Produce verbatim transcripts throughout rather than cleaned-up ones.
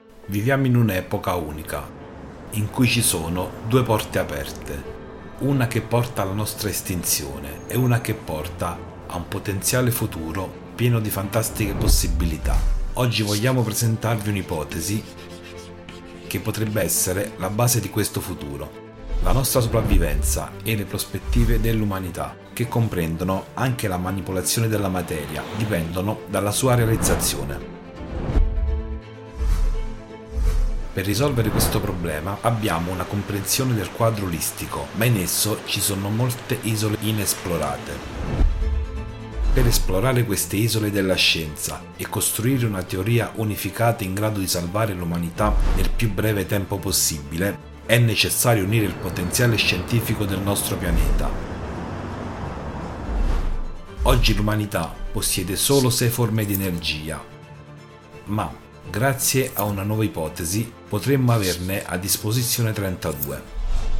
Viviamo in un'epoca unica, in cui ci sono due porte aperte, una che porta alla nostra estinzione e una che porta a un potenziale futuro pieno di fantastiche possibilità. Oggi vogliamo presentarvi un'ipotesi che potrebbe essere la base di questo futuro, la nostra sopravvivenza e le prospettive dell'umanità, che comprendono anche la manipolazione della materia, dipendono dalla sua realizzazione. Per risolvere questo problema abbiamo una comprensione del quadro olistico, ma in esso ci sono molte isole inesplorate. Per esplorare queste isole della scienza e costruire una teoria unificata in grado di salvare l'umanità nel più breve tempo possibile, è necessario unire il potenziale scientifico del nostro pianeta. Oggi l'umanità possiede solo sei forme di energia, ma grazie a una nuova ipotesi potremmo averne a disposizione trentadue.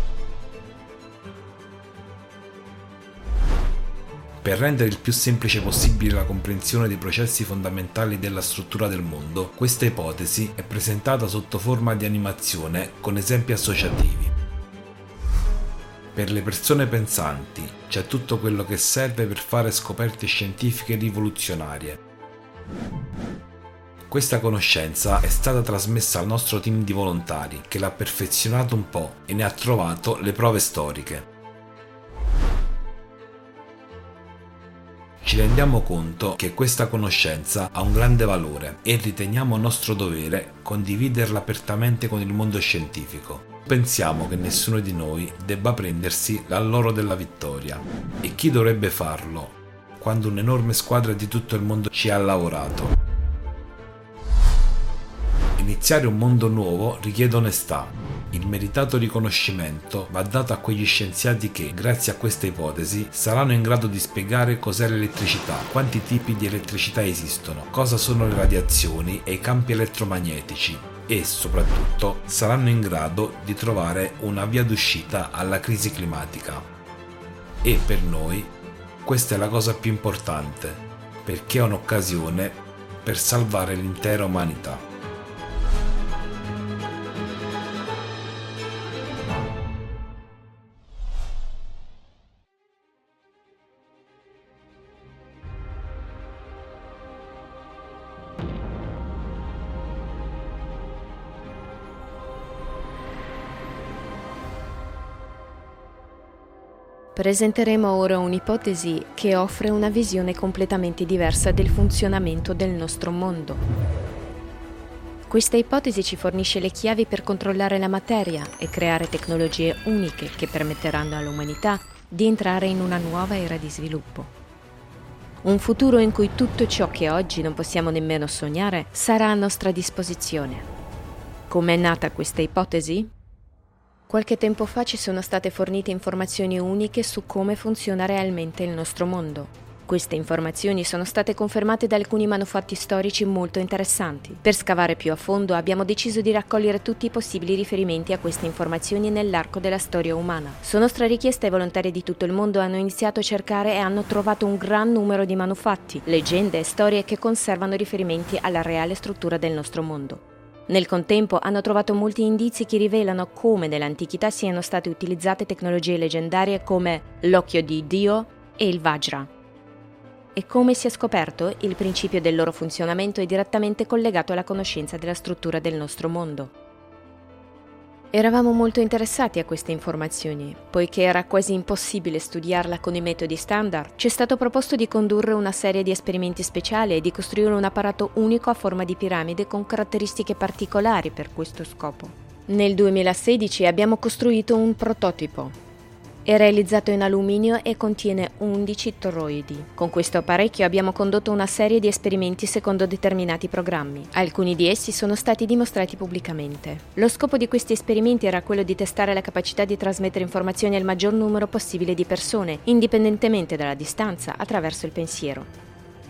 Per rendere il più semplice possibile la comprensione dei processi fondamentali della struttura del mondo, questa ipotesi è presentata sotto forma di animazione con esempi associativi. Per le persone pensanti c'è tutto quello che serve per fare scoperte scientifiche rivoluzionarie. Questa conoscenza è stata trasmessa al nostro team di volontari, che l'ha perfezionato un po' e ne ha trovato le prove storiche. Ci rendiamo conto che questa conoscenza ha un grande valore e riteniamo nostro dovere condividerla apertamente con il mondo scientifico. Pensiamo che nessuno di noi debba prendersi la loro della vittoria. E chi dovrebbe farlo quando un'enorme squadra di tutto il mondo ci ha lavorato? Iniziare un mondo nuovo richiede onestà. Il meritato riconoscimento va dato a quegli scienziati che, grazie a questa ipotesi, saranno in grado di spiegare cos'è l'elettricità, quanti tipi di elettricità esistono, cosa sono le radiazioni e i campi elettromagnetici e, soprattutto, saranno in grado di trovare una via d'uscita alla crisi climatica. E per noi questa è la cosa più importante, perché è un'occasione per salvare l'intera umanità. Presenteremo ora un'ipotesi che offre una visione completamente diversa del funzionamento del nostro mondo. Questa ipotesi ci fornisce le chiavi per controllare la materia e creare tecnologie uniche che permetteranno all'umanità di entrare in una nuova era di sviluppo. Un futuro in cui tutto ciò che oggi non possiamo nemmeno sognare sarà a nostra disposizione. Come è nata questa ipotesi? Qualche tempo fa ci sono state fornite informazioni uniche su come funziona realmente il nostro mondo. Queste informazioni sono state confermate da alcuni manufatti storici molto interessanti. Per scavare più a fondo abbiamo deciso di raccogliere tutti i possibili riferimenti a queste informazioni nell'arco della storia umana. Su nostra richiesta i volontari di tutto il mondo hanno iniziato a cercare e hanno trovato un gran numero di manufatti, leggende e storie che conservano riferimenti alla reale struttura del nostro mondo. Nel contempo hanno trovato molti indizi che rivelano come nell'antichità siano state utilizzate tecnologie leggendarie come l'occhio di Dio e il Vajra. E come si è scoperto, il principio del loro funzionamento è direttamente collegato alla conoscenza della struttura del nostro mondo. Eravamo molto interessati a queste informazioni, poiché era quasi impossibile studiarla con i metodi standard. Ci è stato proposto di condurre una serie di esperimenti speciali e di costruire un apparato unico a forma di piramide con caratteristiche particolari per questo scopo. Nel duemilasedici abbiamo costruito un prototipo. È realizzato in alluminio e contiene undici toroidi. Con questo apparecchio abbiamo condotto una serie di esperimenti secondo determinati programmi. Alcuni di essi sono stati dimostrati pubblicamente. Lo scopo di questi esperimenti era quello di testare la capacità di trasmettere informazioni al maggior numero possibile di persone, indipendentemente dalla distanza, attraverso il pensiero.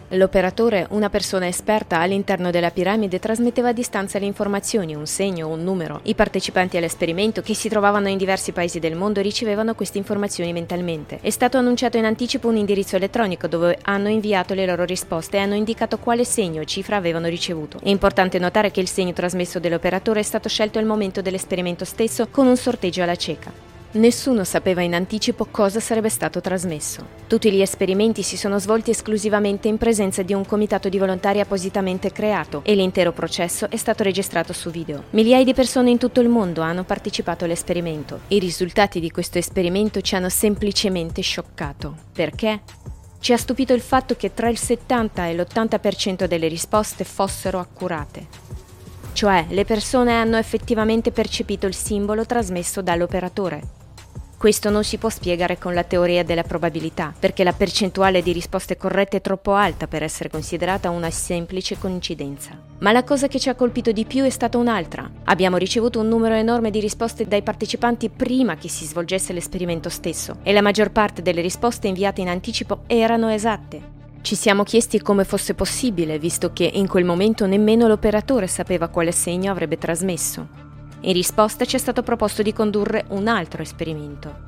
L'operatore, una persona esperta all'interno della piramide, trasmetteva a distanza le informazioni, un segno o un numero. I partecipanti all'esperimento, che si trovavano in diversi paesi del mondo, ricevevano queste informazioni mentalmente. È stato annunciato in anticipo un indirizzo elettronico dove hanno inviato le loro risposte e hanno indicato quale segno o cifra avevano ricevuto. È importante notare che il segno trasmesso dall'operatore è stato scelto al momento dell'esperimento stesso con un sorteggio alla cieca. Nessuno sapeva in anticipo cosa sarebbe stato trasmesso. Tutti gli esperimenti si sono svolti esclusivamente in presenza di un comitato di volontari appositamente creato e l'intero processo è stato registrato su video. Migliaia di persone in tutto il mondo hanno partecipato all'esperimento. I risultati di questo esperimento ci hanno semplicemente scioccato. Perché? Ci ha stupito il fatto che tra il settanta e l'ottanta per cento delle risposte fossero accurate. Cioè, le persone hanno effettivamente percepito il simbolo trasmesso dall'operatore. Questo non si può spiegare con la teoria della probabilità, perché la percentuale di risposte corrette è troppo alta per essere considerata una semplice coincidenza. Ma la cosa che ci ha colpito di più è stata un'altra. Abbiamo ricevuto un numero enorme di risposte dai partecipanti prima che si svolgesse l'esperimento stesso, e la maggior parte delle risposte inviate in anticipo erano esatte. Ci siamo chiesti come fosse possibile, visto che in quel momento nemmeno l'operatore sapeva quale segno avrebbe trasmesso. In risposta ci è stato proposto di condurre un altro esperimento.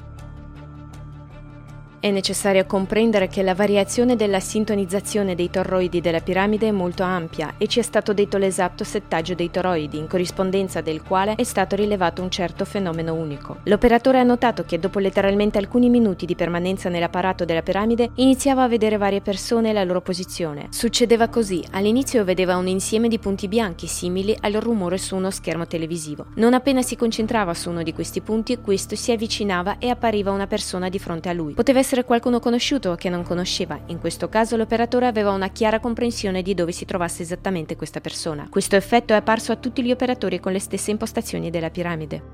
È necessario comprendere che la variazione della sintonizzazione dei toroidi della piramide è molto ampia e ci è stato detto l'esatto settaggio dei toroidi, in corrispondenza del quale è stato rilevato un certo fenomeno unico. L'operatore ha notato che dopo letteralmente alcuni minuti di permanenza nell'apparato della piramide iniziava a vedere varie persone e la loro posizione. Succedeva così: all'inizio vedeva un insieme di punti bianchi simili al rumore su uno schermo televisivo. Non appena si concentrava su uno di questi punti, questo si avvicinava e appariva una persona di fronte a lui. Poteva essere qualcuno conosciuto che non conosceva. In questo caso l'operatore aveva una chiara comprensione di dove si trovasse esattamente questa persona. Questo effetto è apparso a tutti gli operatori con le stesse impostazioni della piramide.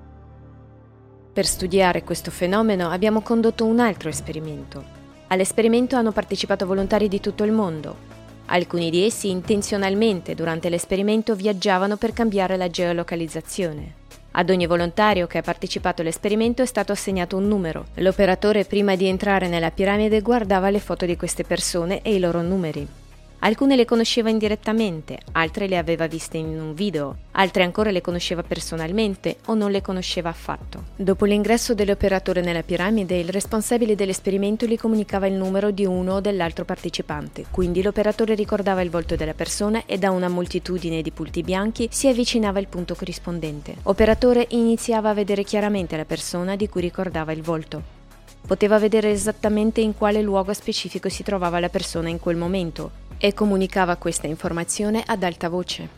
Per studiare questo fenomeno abbiamo condotto un altro esperimento. All'esperimento hanno partecipato volontari di tutto il mondo. Alcuni di essi intenzionalmente durante l'esperimento viaggiavano per cambiare la geolocalizzazione. Ad ogni volontario che ha partecipato all'esperimento è stato assegnato un numero. L'operatore, prima di entrare nella piramide, guardava le foto di queste persone e i loro numeri. Alcune le conosceva indirettamente, altre le aveva viste in un video, altre ancora le conosceva personalmente o non le conosceva affatto. Dopo l'ingresso dell'operatore nella piramide, il responsabile dell'esperimento gli comunicava il numero di uno o dell'altro partecipante, quindi l'operatore ricordava il volto della persona e da una moltitudine di punti bianchi si avvicinava il punto corrispondente. L'operatore iniziava a vedere chiaramente la persona di cui ricordava il volto. Poteva vedere esattamente in quale luogo specifico si trovava la persona in quel momento e comunicava questa informazione ad alta voce.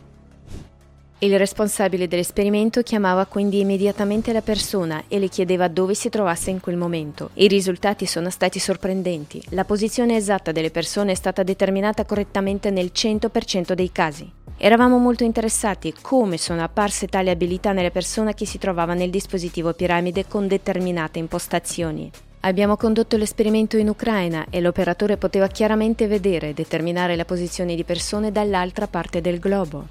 Il responsabile dell'esperimento chiamava quindi immediatamente la persona e le chiedeva dove si trovasse in quel momento. I risultati sono stati sorprendenti. La posizione esatta delle persone è stata determinata correttamente nel cento per cento dei casi. Eravamo molto interessati come sono apparse tali abilità nelle persone che si trovava nel dispositivo piramide con determinate impostazioni. Abbiamo condotto l'esperimento in Ucraina e l'operatore poteva chiaramente vedere e determinare la posizione di persone dall'altra parte del globo.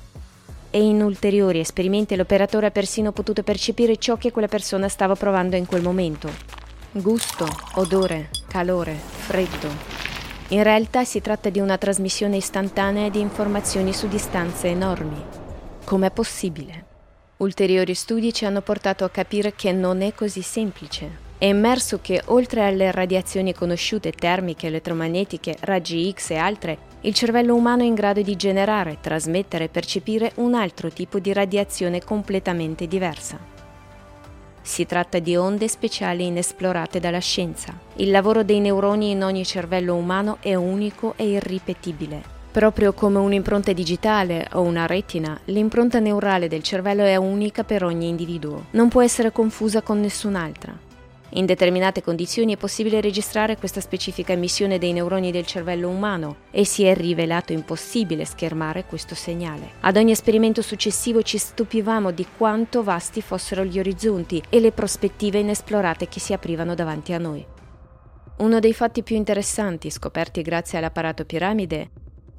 E in ulteriori esperimenti l'operatore ha persino potuto percepire ciò che quella persona stava provando in quel momento. Gusto, odore, calore, freddo. In realtà si tratta di una trasmissione istantanea di informazioni su distanze enormi. Com'è possibile? Ulteriori studi ci hanno portato a capire che non è così semplice. È emerso che, oltre alle radiazioni conosciute termiche, elettromagnetiche, raggi X e altre, il cervello umano è in grado di generare, trasmettere e percepire un altro tipo di radiazione completamente diversa. Si tratta di onde speciali inesplorate dalla scienza. Il lavoro dei neuroni in ogni cervello umano è unico e irripetibile. Proprio come un'impronta digitale o una retina, l'impronta neurale del cervello è unica per ogni individuo. Non può essere confusa con nessun'altra. In determinate condizioni è possibile registrare questa specifica emissione dei neuroni del cervello umano e si è rivelato impossibile schermare questo segnale. Ad ogni esperimento successivo ci stupivamo di quanto vasti fossero gli orizzonti e le prospettive inesplorate che si aprivano davanti a noi. Uno dei fatti più interessanti scoperti grazie all'apparato piramide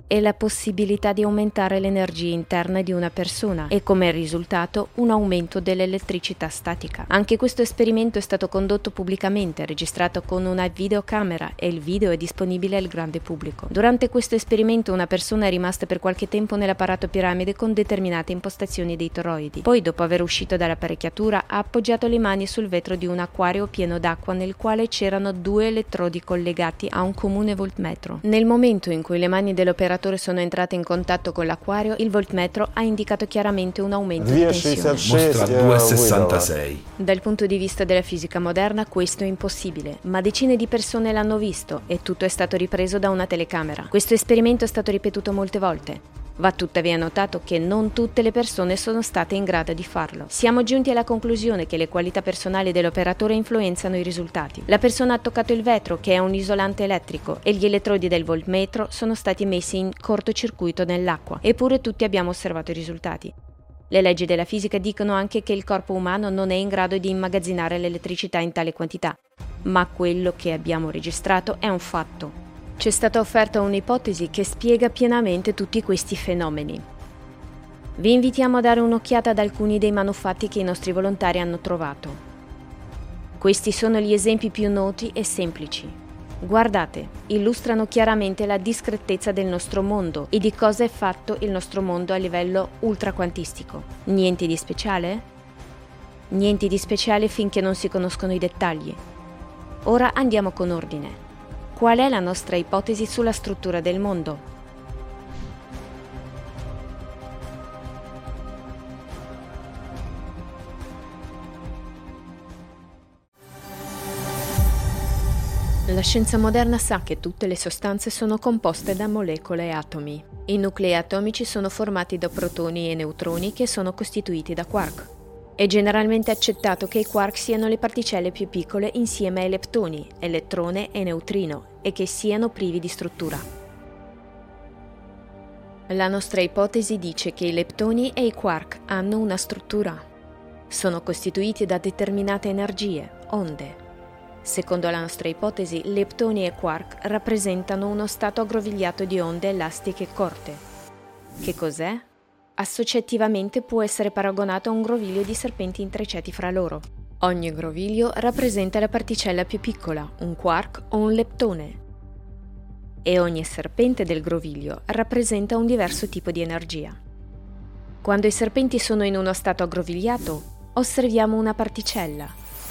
e la possibilità di aumentare l'energia interna di una persona e come risultato un aumento dell'elettricità statica. Anche questo esperimento è stato condotto pubblicamente, registrato con una videocamera e il video è disponibile al grande pubblico. Durante questo esperimento una persona è rimasta per qualche tempo nell'apparato piramide con determinate impostazioni dei toroidi. Poi, dopo aver uscito dall'apparecchiatura, ha appoggiato le mani sul vetro di un acquario pieno d'acqua nel quale c'erano due elettrodi collegati a un comune voltmetro. Nel momento in cui le mani dell'operatore sono entrate in contatto con l'acquario, il voltmetro ha indicato chiaramente un aumento di tensione. Mostra due virgola sessantasei. Dal punto di vista della fisica moderna questo è impossibile, ma decine di persone l'hanno visto e tutto è stato ripreso da una telecamera. Questo esperimento è stato ripetuto molte volte. Va tuttavia notato che non tutte le persone sono state in grado di farlo. Siamo giunti alla conclusione che le qualità personali dell'operatore influenzano i risultati. La persona ha toccato il vetro, che è un isolante elettrico, e gli elettrodi del voltmetro sono stati messi in cortocircuito nell'acqua, eppure tutti abbiamo osservato i risultati. Le leggi della fisica dicono anche che il corpo umano non è in grado di immagazzinare l'elettricità in tale quantità, ma quello che abbiamo registrato è un fatto. Ci è stata offerta un'ipotesi che spiega pienamente tutti questi fenomeni. Vi invitiamo a dare un'occhiata ad alcuni dei manufatti che i nostri volontari hanno trovato. Questi sono gli esempi più noti e semplici. Guardate, illustrano chiaramente la discretezza del nostro mondo e di cosa è fatto il nostro mondo a livello ultraquantistico. Niente di speciale? Niente di speciale finché non si conoscono i dettagli. Ora andiamo con ordine. Qual è la nostra ipotesi sulla struttura del mondo? La scienza moderna sa che tutte le sostanze sono composte da molecole e atomi. I nuclei atomici sono formati da protoni e neutroni che sono costituiti da quark. È generalmente accettato che i quark siano le particelle più piccole insieme ai leptoni, elettrone e neutrino, e che siano privi di struttura. La nostra ipotesi dice che i leptoni e i quark hanno una struttura. Sono costituiti da determinate energie, onde. Secondo la nostra ipotesi, leptoni e quark rappresentano uno stato aggrovigliato di onde elastiche corte. Che cos'è? Associativamente può essere paragonato a un groviglio di serpenti intrecciati fra loro. Ogni groviglio rappresenta la particella più piccola, un quark o un leptone. E ogni serpente del groviglio rappresenta un diverso tipo di energia. Quando i serpenti sono in uno stato aggrovigliato, osserviamo una particella.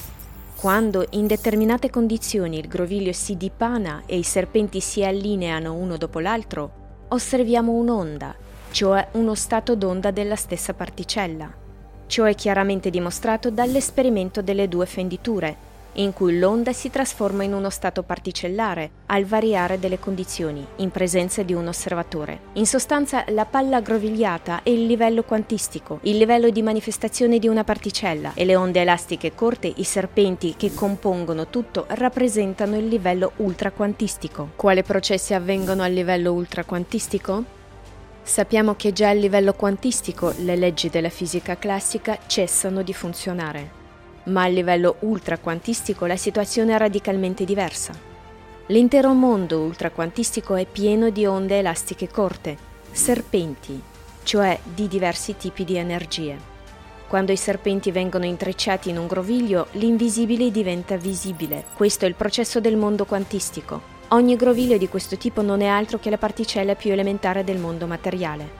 Quando in determinate condizioni il groviglio si dipana e i serpenti si allineano uno dopo l'altro, osserviamo un'onda, cioè uno stato d'onda della stessa particella. Ciò è chiaramente dimostrato dall'esperimento delle due fenditure, in cui l'onda si trasforma in uno stato particellare al variare delle condizioni, in presenza di un osservatore. In sostanza, la palla aggrovigliata è il livello quantistico, il livello di manifestazione di una particella, e le onde elastiche corte, i serpenti che compongono tutto, rappresentano il livello ultraquantistico. Quali processi avvengono al livello ultraquantistico? Sappiamo che già a livello quantistico le leggi della fisica classica cessano di funzionare, ma a livello ultraquantistico la situazione è radicalmente diversa. L'intero mondo ultraquantistico è pieno di onde elastiche corte, serpenti, cioè di diversi tipi di energie. Quando i serpenti vengono intrecciati in un groviglio, l'invisibile diventa visibile. Questo è il processo del mondo quantistico. Ogni groviglio di questo tipo non è altro che la particella più elementare del mondo materiale.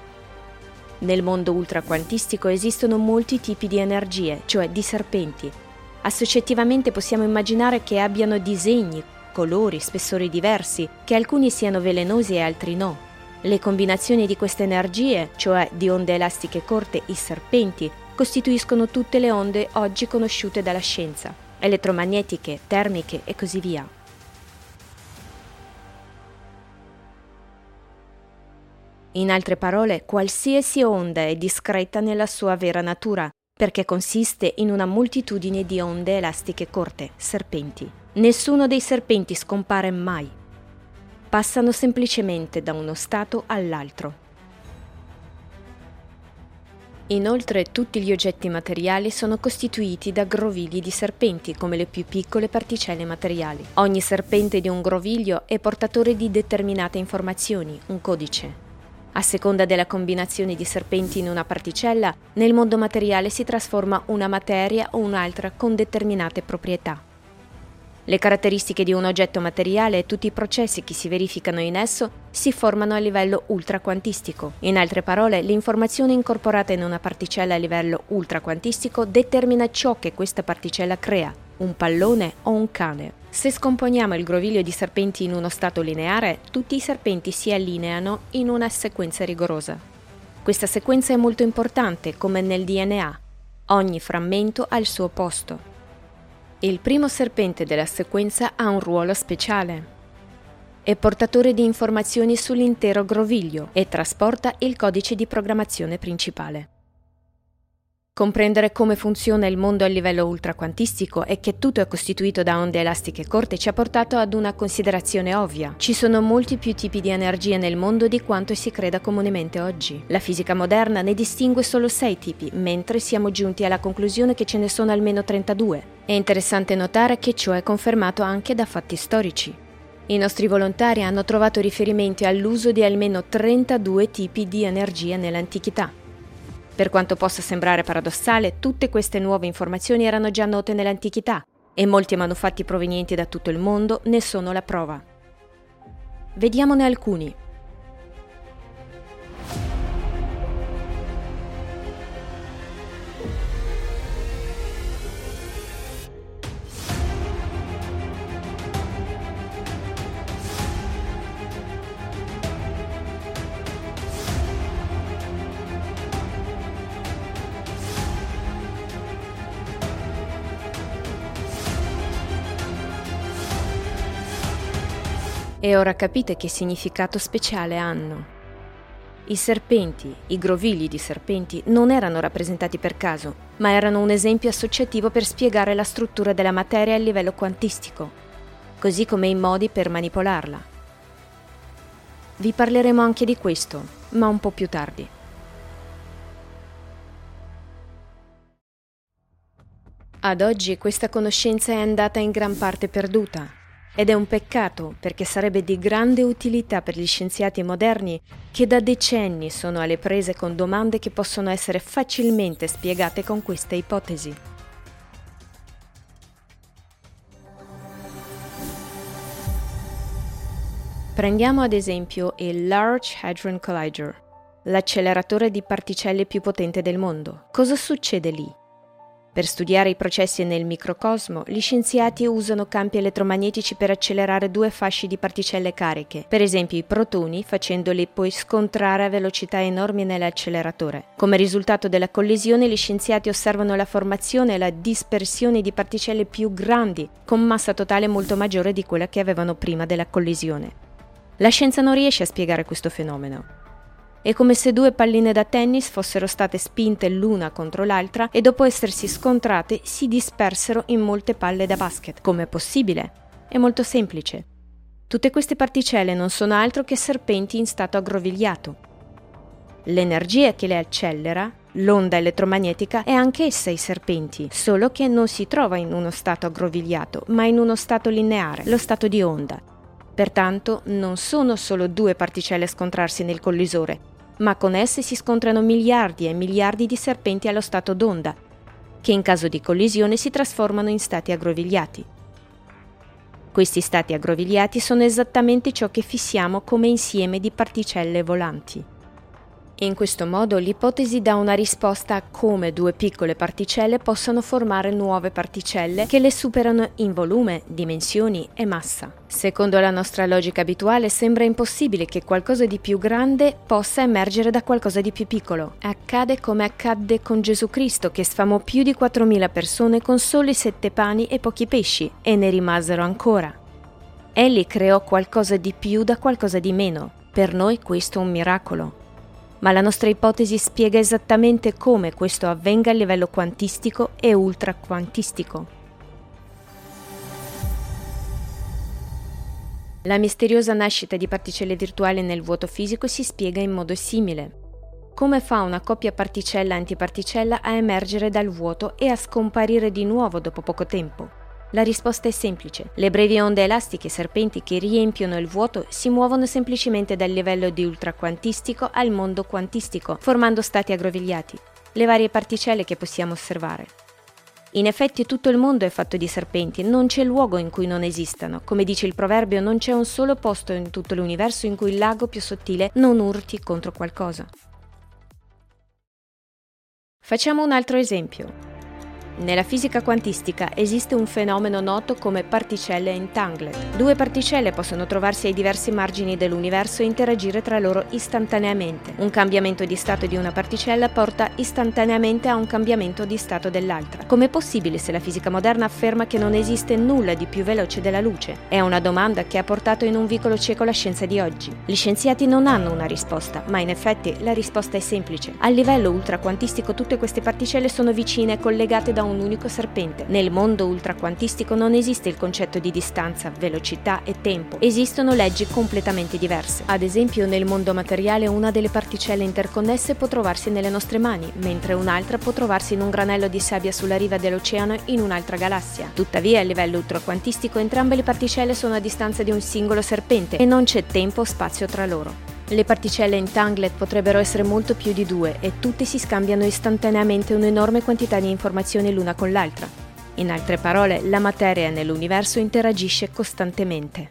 Nel mondo ultraquantistico esistono molti tipi di energie, cioè di serpenti. Associativamente possiamo immaginare che abbiano disegni, colori, spessori diversi, che alcuni siano velenosi e altri no. Le combinazioni di queste energie, cioè di onde elastiche corte, i serpenti, costituiscono tutte le onde oggi conosciute dalla scienza, elettromagnetiche, termiche e così via. In altre parole, qualsiasi onda è discreta nella sua vera natura, perché consiste in una moltitudine di onde elastiche corte, serpenti. Nessuno dei serpenti scompare mai. Passano semplicemente da uno stato all'altro. Inoltre, tutti gli oggetti materiali sono costituiti da grovigli di serpenti, come le più piccole particelle materiali. Ogni serpente di un groviglio è portatore di determinate informazioni, un codice. A seconda della combinazione di serpenti in una particella, nel mondo materiale si trasforma una materia o un'altra con determinate proprietà. Le caratteristiche di un oggetto materiale e tutti i processi che si verificano in esso si formano a livello ultraquantistico. In altre parole, l'informazione incorporata in una particella a livello ultraquantistico determina ciò che questa particella crea, un pallone o un cane. Se scomponiamo il groviglio di serpenti in uno stato lineare, tutti i serpenti si allineano in una sequenza rigorosa. Questa sequenza è molto importante, come nel D N A. Ogni frammento ha il suo posto. Il primo serpente della sequenza ha un ruolo speciale. È portatore di informazioni sull'intero groviglio e trasporta il codice di programmazione principale. Comprendere come funziona il mondo a livello ultraquantistico e che tutto è costituito da onde elastiche corte ci ha portato ad una considerazione ovvia. Ci sono molti più tipi di energia nel mondo di quanto si creda comunemente oggi. La fisica moderna ne distingue solo sei tipi, mentre siamo giunti alla conclusione che ce ne sono almeno trentadue. È interessante notare che ciò è confermato anche da fatti storici. I nostri volontari hanno trovato riferimenti all'uso di almeno trentadue tipi di energia nell'antichità. Per quanto possa sembrare paradossale, tutte queste nuove informazioni erano già note nell'antichità e molti manufatti provenienti da tutto il mondo ne sono la prova. Vediamone alcuni. E ora capite che significato speciale hanno. I serpenti, i grovigli di serpenti, non erano rappresentati per caso, ma erano un esempio associativo per spiegare la struttura della materia a livello quantistico, così come i modi per manipolarla. Vi parleremo anche di questo, ma un po' più tardi. Ad oggi questa conoscenza è andata in gran parte perduta. Ed è un peccato perché sarebbe di grande utilità per gli scienziati moderni che da decenni sono alle prese con domande che possono essere facilmente spiegate con queste ipotesi. Prendiamo ad esempio il Large Hadron Collider, l'acceleratore di particelle più potente del mondo. Cosa succede lì? Per studiare i processi nel microcosmo, gli scienziati usano campi elettromagnetici per accelerare due fasci di particelle cariche, per esempio i protoni, facendoli poi scontrare a velocità enormi nell'acceleratore. Come risultato della collisione, gli scienziati osservano la formazione e la dispersione di particelle più grandi, con massa totale molto maggiore di quella che avevano prima della collisione. La scienza non riesce a spiegare questo fenomeno. È come se due palline da tennis fossero state spinte l'una contro l'altra e dopo essersi scontrate si dispersero in molte palle da basket. Com'è possibile? È molto semplice. Tutte queste particelle non sono altro che serpenti in stato aggrovigliato. L'energia che le accelera, l'onda elettromagnetica, è anch'essa i serpenti, solo che non si trova in uno stato aggrovigliato, ma in uno stato lineare, lo stato di onda. Pertanto non sono solo due particelle a scontrarsi nel collisore, ma con esse si scontrano miliardi e miliardi di serpenti allo stato d'onda, che in caso di collisione si trasformano in stati aggrovigliati. Questi stati aggrovigliati sono esattamente ciò che fissiamo come insieme di particelle volanti. In questo modo l'ipotesi dà una risposta a come due piccole particelle possano formare nuove particelle che le superano in volume, dimensioni e massa. Secondo la nostra logica abituale sembra impossibile che qualcosa di più grande possa emergere da qualcosa di più piccolo. Accade come accadde con Gesù Cristo, che sfamò più di quattromila persone con soli sette pani e pochi pesci, e ne rimasero ancora. Egli creò qualcosa di più da qualcosa di meno. Per noi questo è un miracolo. Ma la nostra ipotesi spiega esattamente come questo avvenga a livello quantistico e ultraquantistico. La misteriosa nascita di particelle virtuali nel vuoto fisico si spiega in modo simile. Come fa una coppia particella-antiparticella a emergere dal vuoto e a scomparire di nuovo dopo poco tempo? La risposta è semplice. Le brevi onde elastiche serpenti che riempiono il vuoto si muovono semplicemente dal livello di ultraquantistico al mondo quantistico, formando stati aggrovigliati, le varie particelle che possiamo osservare. In effetti tutto il mondo è fatto di serpenti, non c'è luogo in cui non esistano. Come dice il proverbio, non c'è un solo posto in tutto l'universo in cui il lago più sottile non urti contro qualcosa. Facciamo un altro esempio. Nella fisica quantistica esiste un fenomeno noto come particelle entangled. Due particelle possono trovarsi ai diversi margini dell'universo e interagire tra loro istantaneamente. Un cambiamento di stato di una particella porta istantaneamente a un cambiamento di stato dell'altra. Com'è possibile se la fisica moderna afferma che non esiste nulla di più veloce della luce? È una domanda che ha portato in un vicolo cieco la scienza di oggi. Gli scienziati non hanno una risposta, ma in effetti la risposta è semplice. A livello ultraquantistico tutte queste particelle sono vicine e collegate da un unico serpente. Nel mondo ultraquantistico non esiste il concetto di distanza, velocità e tempo. Esistono leggi completamente diverse. Ad esempio, nel mondo materiale una delle particelle interconnesse può trovarsi nelle nostre mani, mentre un'altra può trovarsi in un granello di sabbia sulla riva dell'oceano in un'altra galassia. Tuttavia, a livello ultraquantistico entrambe le particelle sono a distanza di un singolo serpente e non c'è tempo o spazio tra loro. Le particelle entangled potrebbero essere molto più di due e tutte si scambiano istantaneamente un'enorme quantità di informazioni l'una con l'altra. In altre parole, la materia nell'universo interagisce costantemente.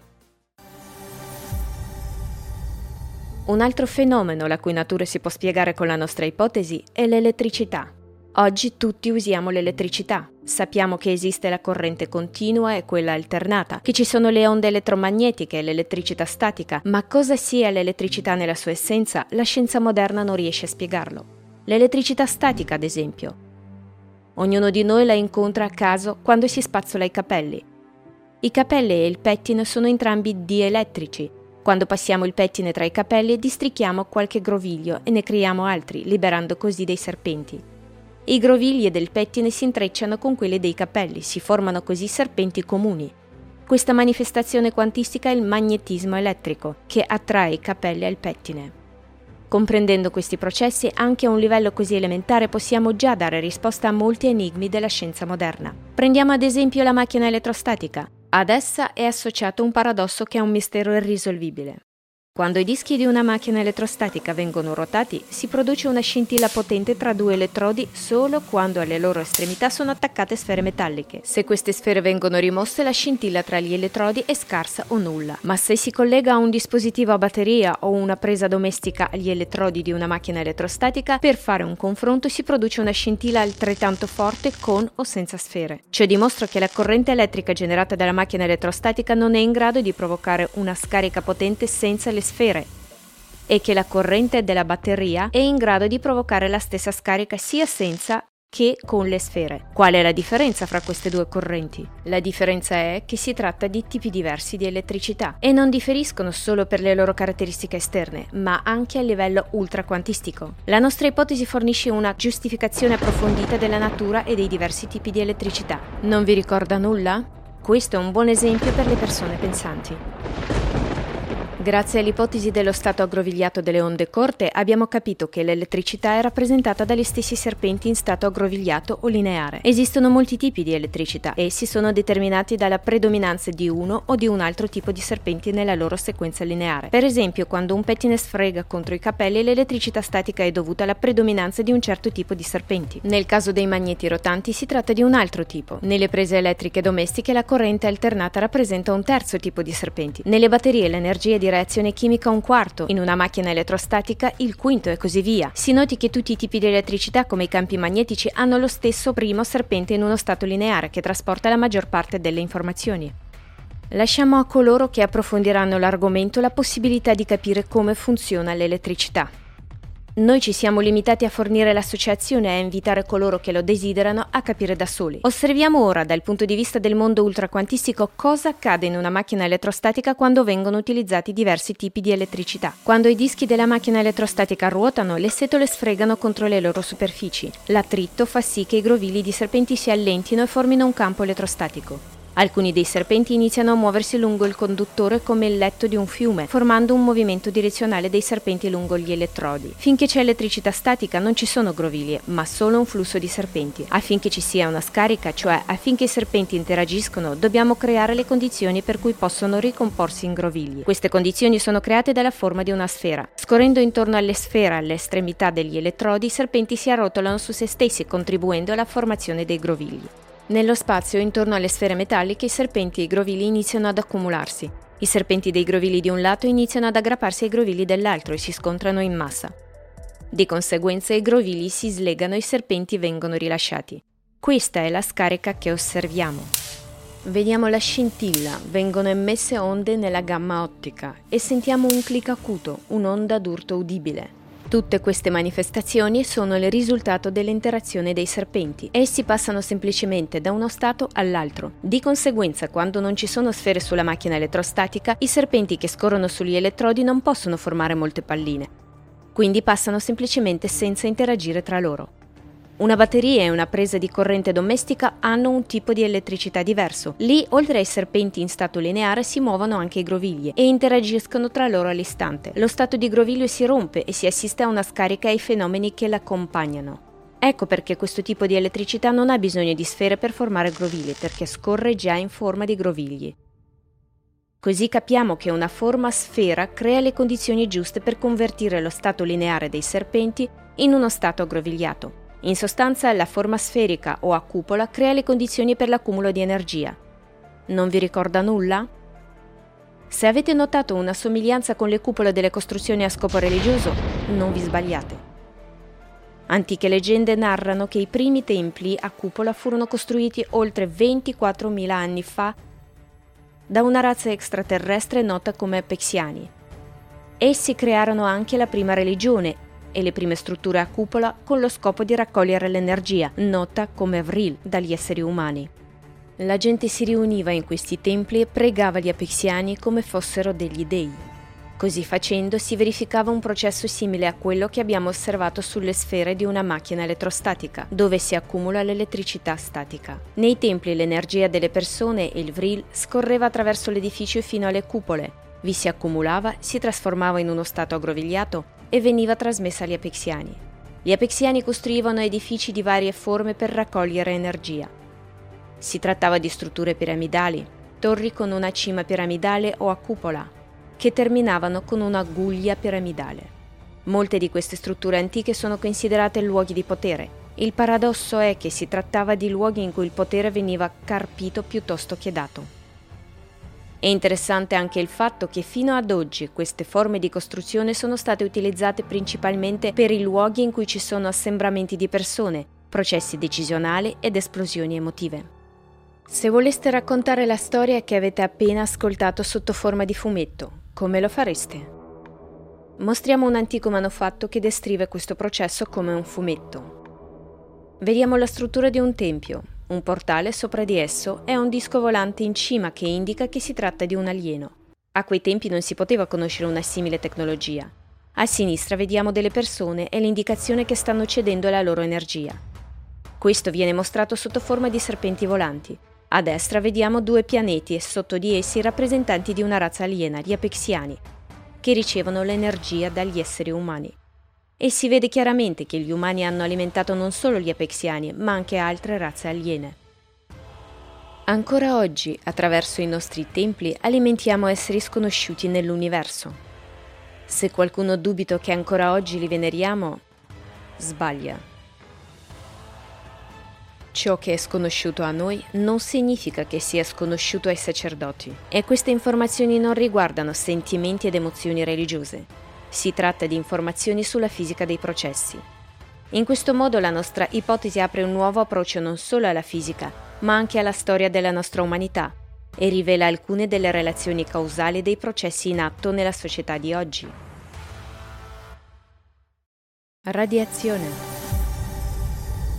Un altro fenomeno la cui natura si può spiegare con la nostra ipotesi è l'elettricità. Oggi tutti usiamo l'elettricità. Sappiamo che esiste la corrente continua e quella alternata, che ci sono le onde elettromagnetiche e l'elettricità statica, ma cosa sia l'elettricità nella sua essenza, la scienza moderna non riesce a spiegarlo. L'elettricità statica, ad esempio. Ognuno di noi la incontra a caso quando si spazzola i capelli. I capelli e il pettine sono entrambi dielettrici. Quando passiamo il pettine tra i capelli districhiamo qualche groviglio e ne creiamo altri, liberando così dei serpenti. I grovigli del pettine si intrecciano con quelli dei capelli, si formano così serpenti comuni. Questa manifestazione quantistica è il magnetismo elettrico, che attrae i capelli al pettine. Comprendendo questi processi, anche a un livello così elementare possiamo già dare risposta a molti enigmi della scienza moderna. Prendiamo ad esempio la macchina elettrostatica. Ad essa è associato un paradosso che è un mistero irrisolvibile. Quando i dischi di una macchina elettrostatica vengono ruotati, si produce una scintilla potente tra due elettrodi solo quando alle loro estremità sono attaccate sfere metalliche. Se queste sfere vengono rimosse, la scintilla tra gli elettrodi è scarsa o nulla. Ma se si collega a un dispositivo a batteria o una presa domestica agli elettrodi di una macchina elettrostatica, per fare un confronto si produce una scintilla altrettanto forte con o senza sfere. Ciò dimostra che la corrente elettrica generata dalla macchina elettrostatica non è in grado di provocare una scarica potente senza le sfere e che la corrente della batteria è in grado di provocare la stessa scarica sia senza che con le sfere. Qual è la differenza fra queste due correnti? La differenza è che si tratta di tipi diversi di elettricità e non differiscono solo per le loro caratteristiche esterne, ma anche a livello ultraquantistico. La nostra ipotesi fornisce una giustificazione approfondita della natura e dei diversi tipi di elettricità. Non vi ricorda nulla? Questo è un buon esempio per le persone pensanti. Grazie all'ipotesi dello stato aggrovigliato delle onde corte abbiamo capito che l'elettricità è rappresentata dagli stessi serpenti in stato aggrovigliato o lineare. Esistono molti tipi di elettricità e essi sono determinati dalla predominanza di uno o di un altro tipo di serpenti nella loro sequenza lineare. Per esempio, quando un pettine sfrega contro i capelli, l'elettricità statica è dovuta alla predominanza di un certo tipo di serpenti. Nel caso dei magneti rotanti si tratta di un altro tipo. Nelle prese elettriche domestiche la corrente alternata rappresenta un terzo tipo di serpenti. Nelle batterie l'energia di reazione chimica un quarto, in una macchina elettrostatica il quinto e così via. Si noti che tutti i tipi di elettricità come i campi magnetici hanno lo stesso primo serpente in uno stato lineare che trasporta la maggior parte delle informazioni. Lasciamo a coloro che approfondiranno l'argomento la possibilità di capire come funziona l'elettricità. Noi ci siamo limitati a fornire l'associazione e a invitare coloro che lo desiderano a capire da soli. Osserviamo ora, dal punto di vista del mondo ultraquantistico, cosa accade in una macchina elettrostatica quando vengono utilizzati diversi tipi di elettricità. Quando i dischi della macchina elettrostatica ruotano, le setole sfregano contro le loro superfici. L'attrito fa sì che i grovigli di serpenti si allentino e formino un campo elettrostatico. Alcuni dei serpenti iniziano a muoversi lungo il conduttore come il letto di un fiume, formando un movimento direzionale dei serpenti lungo gli elettrodi. Finché c'è elettricità statica non ci sono groviglie, ma solo un flusso di serpenti. Affinché ci sia una scarica, cioè affinché i serpenti interagiscono, dobbiamo creare le condizioni per cui possono ricomporsi in grovigli. Queste condizioni sono create dalla forma di una sfera. Scorrendo intorno alle sfere all'estremità degli elettrodi, i serpenti si arrotolano su se stessi, contribuendo alla formazione dei grovigli. Nello spazio, intorno alle sfere metalliche, i serpenti e i grovigli iniziano ad accumularsi. I serpenti dei grovigli di un lato iniziano ad aggrapparsi ai grovigli dell'altro e si scontrano in massa. Di conseguenza i grovigli si slegano e i serpenti vengono rilasciati. Questa è la scarica che osserviamo. Vediamo la scintilla, vengono emesse onde nella gamma ottica e sentiamo un clic acuto, un'onda d'urto udibile. Tutte queste manifestazioni sono il risultato dell'interazione dei serpenti. Essi passano semplicemente da uno stato all'altro. Di conseguenza, quando non ci sono sfere sulla macchina elettrostatica, i serpenti che scorrono sugli elettrodi non possono formare molte palline. Quindi passano semplicemente senza interagire tra loro. Una batteria e una presa di corrente domestica hanno un tipo di elettricità diverso. Lì, oltre ai serpenti in stato lineare, si muovono anche i grovigli e interagiscono tra loro all'istante. Lo stato di groviglio si rompe e si assiste a una scarica e ai fenomeni che l'accompagnano. Ecco perché questo tipo di elettricità non ha bisogno di sfere per formare grovigli, perché scorre già in forma di grovigli. Così capiamo che una forma sfera crea le condizioni giuste per convertire lo stato lineare dei serpenti in uno stato aggrovigliato. In sostanza, la forma sferica o a cupola crea le condizioni per l'accumulo di energia. Non vi ricorda nulla? Se avete notato una somiglianza con le cupole delle costruzioni a scopo religioso, non vi sbagliate. Antiche leggende narrano che i primi templi a cupola furono costruiti oltre ventiquattromila anni fa da una razza extraterrestre nota come Pexiani. Essi crearono anche la prima religione e le prime strutture a cupola con lo scopo di raccogliere l'energia, nota come Vril, dagli esseri umani. La gente si riuniva in questi templi e pregava gli apexiani come fossero degli dei. Così facendo si verificava un processo simile a quello che abbiamo osservato sulle sfere di una macchina elettrostatica, dove si accumula l'elettricità statica. Nei templi l'energia delle persone e il Vril scorreva attraverso l'edificio fino alle cupole, vi si accumulava, si trasformava in uno stato aggrovigliato e veniva trasmessa agli apexiani. Gli apexiani costruivano edifici di varie forme per raccogliere energia. Si trattava di strutture piramidali, torri con una cima piramidale o a cupola, che terminavano con una guglia piramidale. Molte di queste strutture antiche sono considerate luoghi di potere. Il paradosso è che si trattava di luoghi in cui il potere veniva carpito piuttosto che dato. È interessante anche il fatto che fino ad oggi queste forme di costruzione sono state utilizzate principalmente per i luoghi in cui ci sono assembramenti di persone, processi decisionali ed esplosioni emotive. Se voleste raccontare la storia che avete appena ascoltato sotto forma di fumetto, come lo fareste? Mostriamo un antico manufatto che descrive questo processo come un fumetto. Vediamo la struttura di un tempio. Un portale sopra di esso è un disco volante in cima che indica che si tratta di un alieno. A quei tempi non si poteva conoscere una simile tecnologia. A sinistra vediamo delle persone e l'indicazione che stanno cedendo la loro energia. Questo viene mostrato sotto forma di serpenti volanti. A destra vediamo due pianeti e sotto di essi rappresentanti di una razza aliena, gli apexiani, che ricevono l'energia dagli esseri umani. E si vede chiaramente che gli umani hanno alimentato non solo gli apexiani, ma anche altre razze aliene. Ancora oggi, attraverso i nostri templi, alimentiamo esseri sconosciuti nell'universo. Se qualcuno dubita che ancora oggi li veneriamo, sbaglia. Ciò che è sconosciuto a noi non significa che sia sconosciuto ai sacerdoti, e queste informazioni non riguardano sentimenti ed emozioni religiose. Si tratta di informazioni sulla fisica dei processi. In questo modo la nostra ipotesi apre un nuovo approccio non solo alla fisica, ma anche alla storia della nostra umanità e rivela alcune delle relazioni causali dei processi in atto nella società di oggi. Radiazione.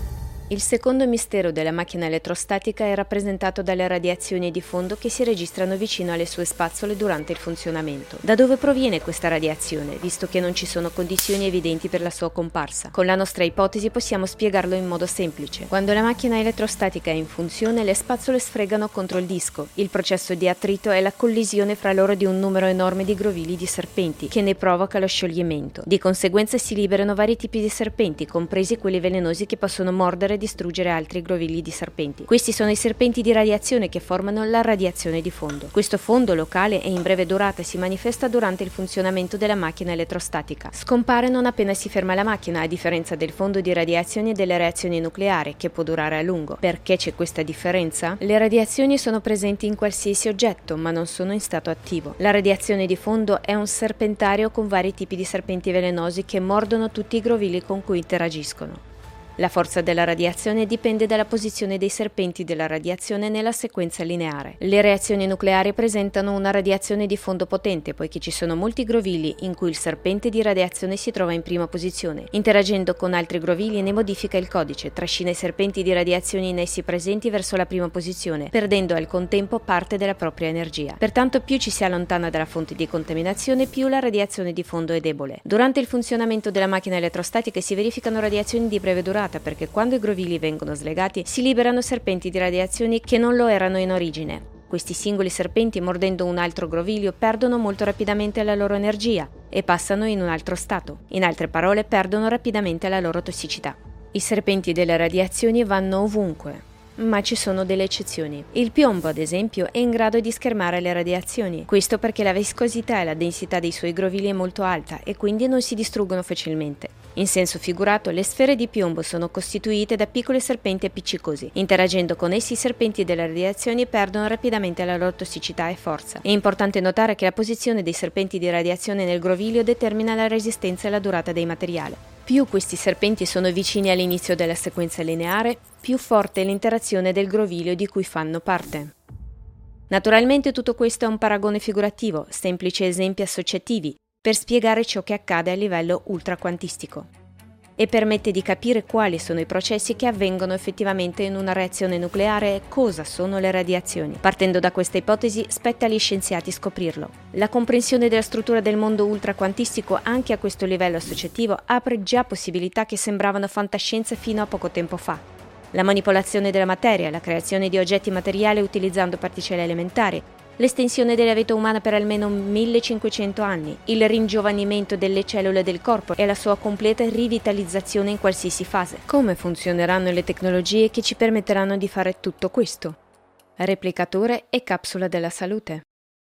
Il secondo mistero della macchina elettrostatica è rappresentato dalle radiazioni di fondo che si registrano vicino alle sue spazzole durante il funzionamento. Da dove proviene questa radiazione, visto che non ci sono condizioni evidenti per la sua comparsa? Con la nostra ipotesi possiamo spiegarlo in modo semplice. Quando la macchina elettrostatica è in funzione, le spazzole sfregano contro il disco. Il processo di attrito è la collisione fra loro di un numero enorme di grovigli di serpenti, che ne provoca lo scioglimento. Di conseguenza si liberano vari tipi di serpenti, compresi quelli velenosi che possono mordere distruggere altri grovigli di serpenti. Questi sono i serpenti di radiazione che formano la radiazione di fondo. Questo fondo locale è in breve durata e si manifesta durante il funzionamento della macchina elettrostatica. Scompare non appena si ferma la macchina, a differenza del fondo di radiazione e delle reazioni nucleari, che può durare a lungo. Perché c'è questa differenza? Le radiazioni sono presenti in qualsiasi oggetto, ma non sono in stato attivo. La radiazione di fondo è un serpentario con vari tipi di serpenti velenosi che mordono tutti i grovigli con cui interagiscono. La forza della radiazione dipende dalla posizione dei serpenti della radiazione nella sequenza lineare. Le reazioni nucleari presentano una radiazione di fondo potente, poiché ci sono molti grovigli in cui il serpente di radiazione si trova in prima posizione. Interagendo con altri grovigli ne modifica il codice, trascina i serpenti di radiazione in essi presenti verso la prima posizione, perdendo al contempo parte della propria energia. Pertanto più ci si allontana dalla fonte di contaminazione, più la radiazione di fondo è debole. Durante il funzionamento della macchina elettrostatica si verificano radiazioni di breve durata, perché quando i grovigli vengono slegati si liberano serpenti di radiazioni che non lo erano in origine. Questi singoli serpenti, mordendo un altro groviglio, perdono molto rapidamente la loro energia e passano in un altro stato. In altre parole, perdono rapidamente la loro tossicità. I serpenti delle radiazioni vanno ovunque, ma ci sono delle eccezioni. Il piombo, ad esempio, è in grado di schermare le radiazioni. Questo perché la viscosità e la densità dei suoi grovigli è molto alta e quindi non si distruggono facilmente. In senso figurato, le sfere di piombo sono costituite da piccoli serpenti appiccicosi. Interagendo con essi, i serpenti delle radiazioni perdono rapidamente la loro tossicità e forza. È importante notare che la posizione dei serpenti di radiazione nel groviglio determina la resistenza e la durata dei materiali. Più questi serpenti sono vicini all'inizio della sequenza lineare, più forte è l'interazione del groviglio di cui fanno parte. Naturalmente tutto questo è un paragone figurativo, semplici esempi associativi, per spiegare ciò che accade a livello ultraquantistico e permette di capire quali sono i processi che avvengono effettivamente in una reazione nucleare e cosa sono le radiazioni. Partendo da questa ipotesi, spetta agli scienziati scoprirlo. La comprensione della struttura del mondo ultraquantistico anche a questo livello associativo apre già possibilità che sembravano fantascienza fino a poco tempo fa. La manipolazione della materia, la creazione di oggetti materiali utilizzando particelle elementari, l'estensione della vita umana per almeno millecinquecento anni, il ringiovanimento delle cellule del corpo e la sua completa rivitalizzazione in qualsiasi fase. Come funzioneranno le tecnologie che ci permetteranno di fare tutto questo? Replicatore e capsula della salute.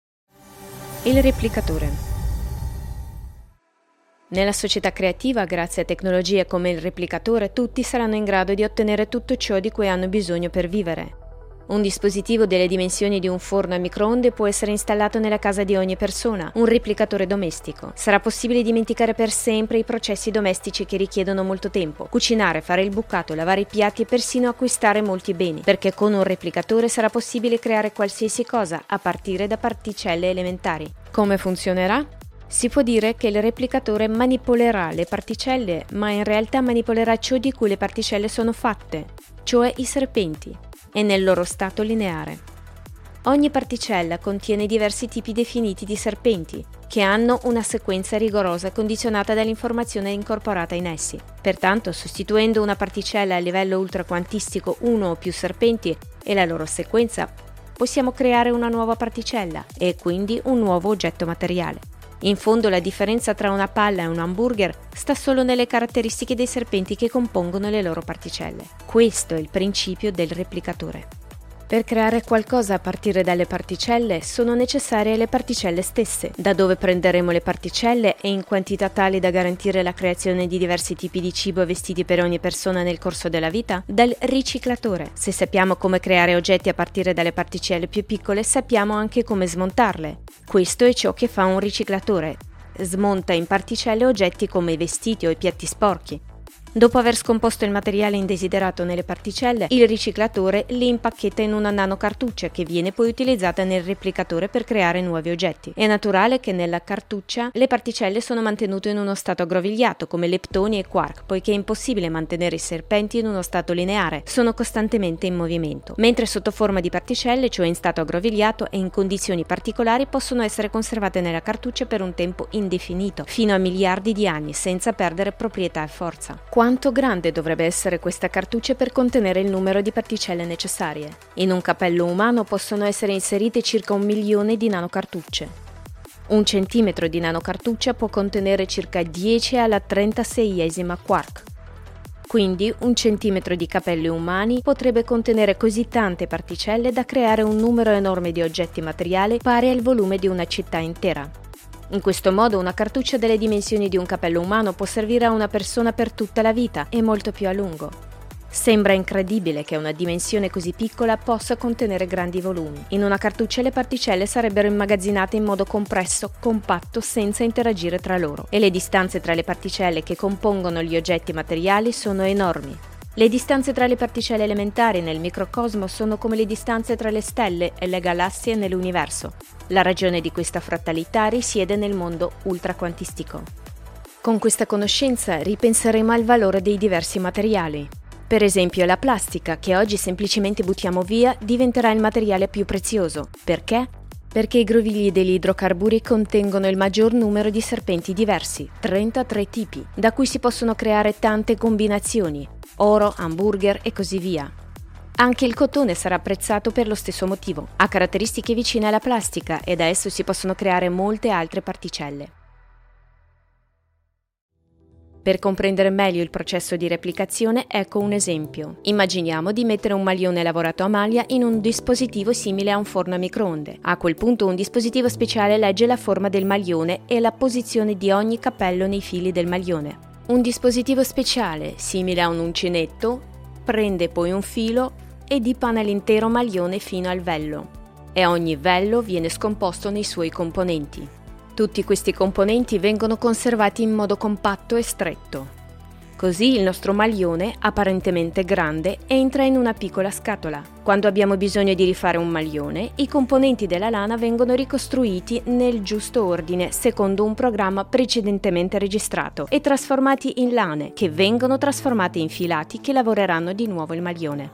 Il replicatore. Nella società creativa, grazie a tecnologie come il replicatore, tutti saranno in grado di ottenere tutto ciò di cui hanno bisogno per vivere. Un dispositivo delle dimensioni di un forno a microonde può essere installato nella casa di ogni persona, un replicatore domestico. Sarà possibile dimenticare per sempre i processi domestici che richiedono molto tempo, cucinare, fare il bucato, lavare i piatti e persino acquistare molti beni, perché con un replicatore sarà possibile creare qualsiasi cosa a partire da particelle elementari. Come funzionerà? Si può dire che il replicatore manipolerà le particelle, ma in realtà manipolerà ciò di cui le particelle sono fatte, cioè i serpenti, e nel loro stato lineare. Ogni particella contiene diversi tipi definiti di serpenti, che hanno una sequenza rigorosa condizionata dall'informazione incorporata in essi. Pertanto, sostituendo una particella a livello ultraquantistico uno o più serpenti e la loro sequenza, possiamo creare una nuova particella e quindi un nuovo oggetto materiale. In fondo la differenza tra una palla e un hamburger sta solo nelle caratteristiche dei serpenti che compongono le loro particelle. Questo è il principio del replicatore. Per creare qualcosa a partire dalle particelle sono necessarie le particelle stesse. Da dove prenderemo le particelle e in quantità tali da garantire la creazione di diversi tipi di cibo e vestiti per ogni persona nel corso della vita? Dal riciclatore. Se sappiamo come creare oggetti a partire dalle particelle più piccole, sappiamo anche come smontarle. Questo è ciò che fa un riciclatore. Smonta in particelle oggetti come i vestiti o i piatti sporchi. Dopo aver scomposto il materiale indesiderato nelle particelle, il riciclatore li impacchetta in una nanocartuccia che viene poi utilizzata nel replicatore per creare nuovi oggetti. È naturale che nella cartuccia le particelle sono mantenute in uno stato aggrovigliato come leptoni e quark, poiché è impossibile mantenere i serpenti in uno stato lineare, sono costantemente in movimento. Mentre sotto forma di particelle, cioè in stato aggrovigliato e in condizioni particolari, possono essere conservate nella cartuccia per un tempo indefinito, fino a miliardi di anni, senza perdere proprietà e forza. Quanto grande dovrebbe essere questa cartuccia per contenere il numero di particelle necessarie? In un capello umano possono essere inserite circa un milione di nanocartucce. Un centimetro di nanocartuccia può contenere circa dieci alla trentaseiesima quark. Quindi un centimetro di capelli umani potrebbe contenere così tante particelle da creare un numero enorme di oggetti materiali pari al volume di una città intera. In questo modo una cartuccia delle dimensioni di un capello umano può servire a una persona per tutta la vita e molto più a lungo. Sembra incredibile che una dimensione così piccola possa contenere grandi volumi. In una cartuccia le particelle sarebbero immagazzinate in modo compresso, compatto, senza interagire tra loro, e le distanze tra le particelle che compongono gli oggetti materiali sono enormi. Le distanze tra le particelle elementari nel microcosmo sono come le distanze tra le stelle e le galassie nell'universo. La ragione di questa frattalità risiede nel mondo ultraquantistico. Con questa conoscenza ripenseremo al valore dei diversi materiali. Per esempio la plastica, che oggi semplicemente buttiamo via, diventerà il materiale più prezioso. Perché? Perché i grovigli degli idrocarburi contengono il maggior numero di serpenti diversi, trentatré tipi, da cui si possono creare tante combinazioni, oro, hamburger e così via. Anche il cotone sarà apprezzato per lo stesso motivo, ha caratteristiche vicine alla plastica e da esso si possono creare molte altre particelle. Per comprendere meglio il processo di replicazione, ecco un esempio. Immaginiamo di mettere un maglione lavorato a maglia in un dispositivo simile a un forno a microonde. A quel punto un dispositivo speciale legge la forma del maglione e la posizione di ogni cappello nei fili del maglione. Un dispositivo speciale, simile a un uncinetto, prende poi un filo e dipana l'intero maglione fino al vello. E ogni vello viene scomposto nei suoi componenti. Tutti questi componenti vengono conservati in modo compatto e stretto. Così il nostro maglione, apparentemente grande, entra in una piccola scatola. Quando abbiamo bisogno di rifare un maglione, i componenti della lana vengono ricostruiti nel giusto ordine, secondo un programma precedentemente registrato, e trasformati in lane, che vengono trasformate in filati che lavoreranno di nuovo il maglione.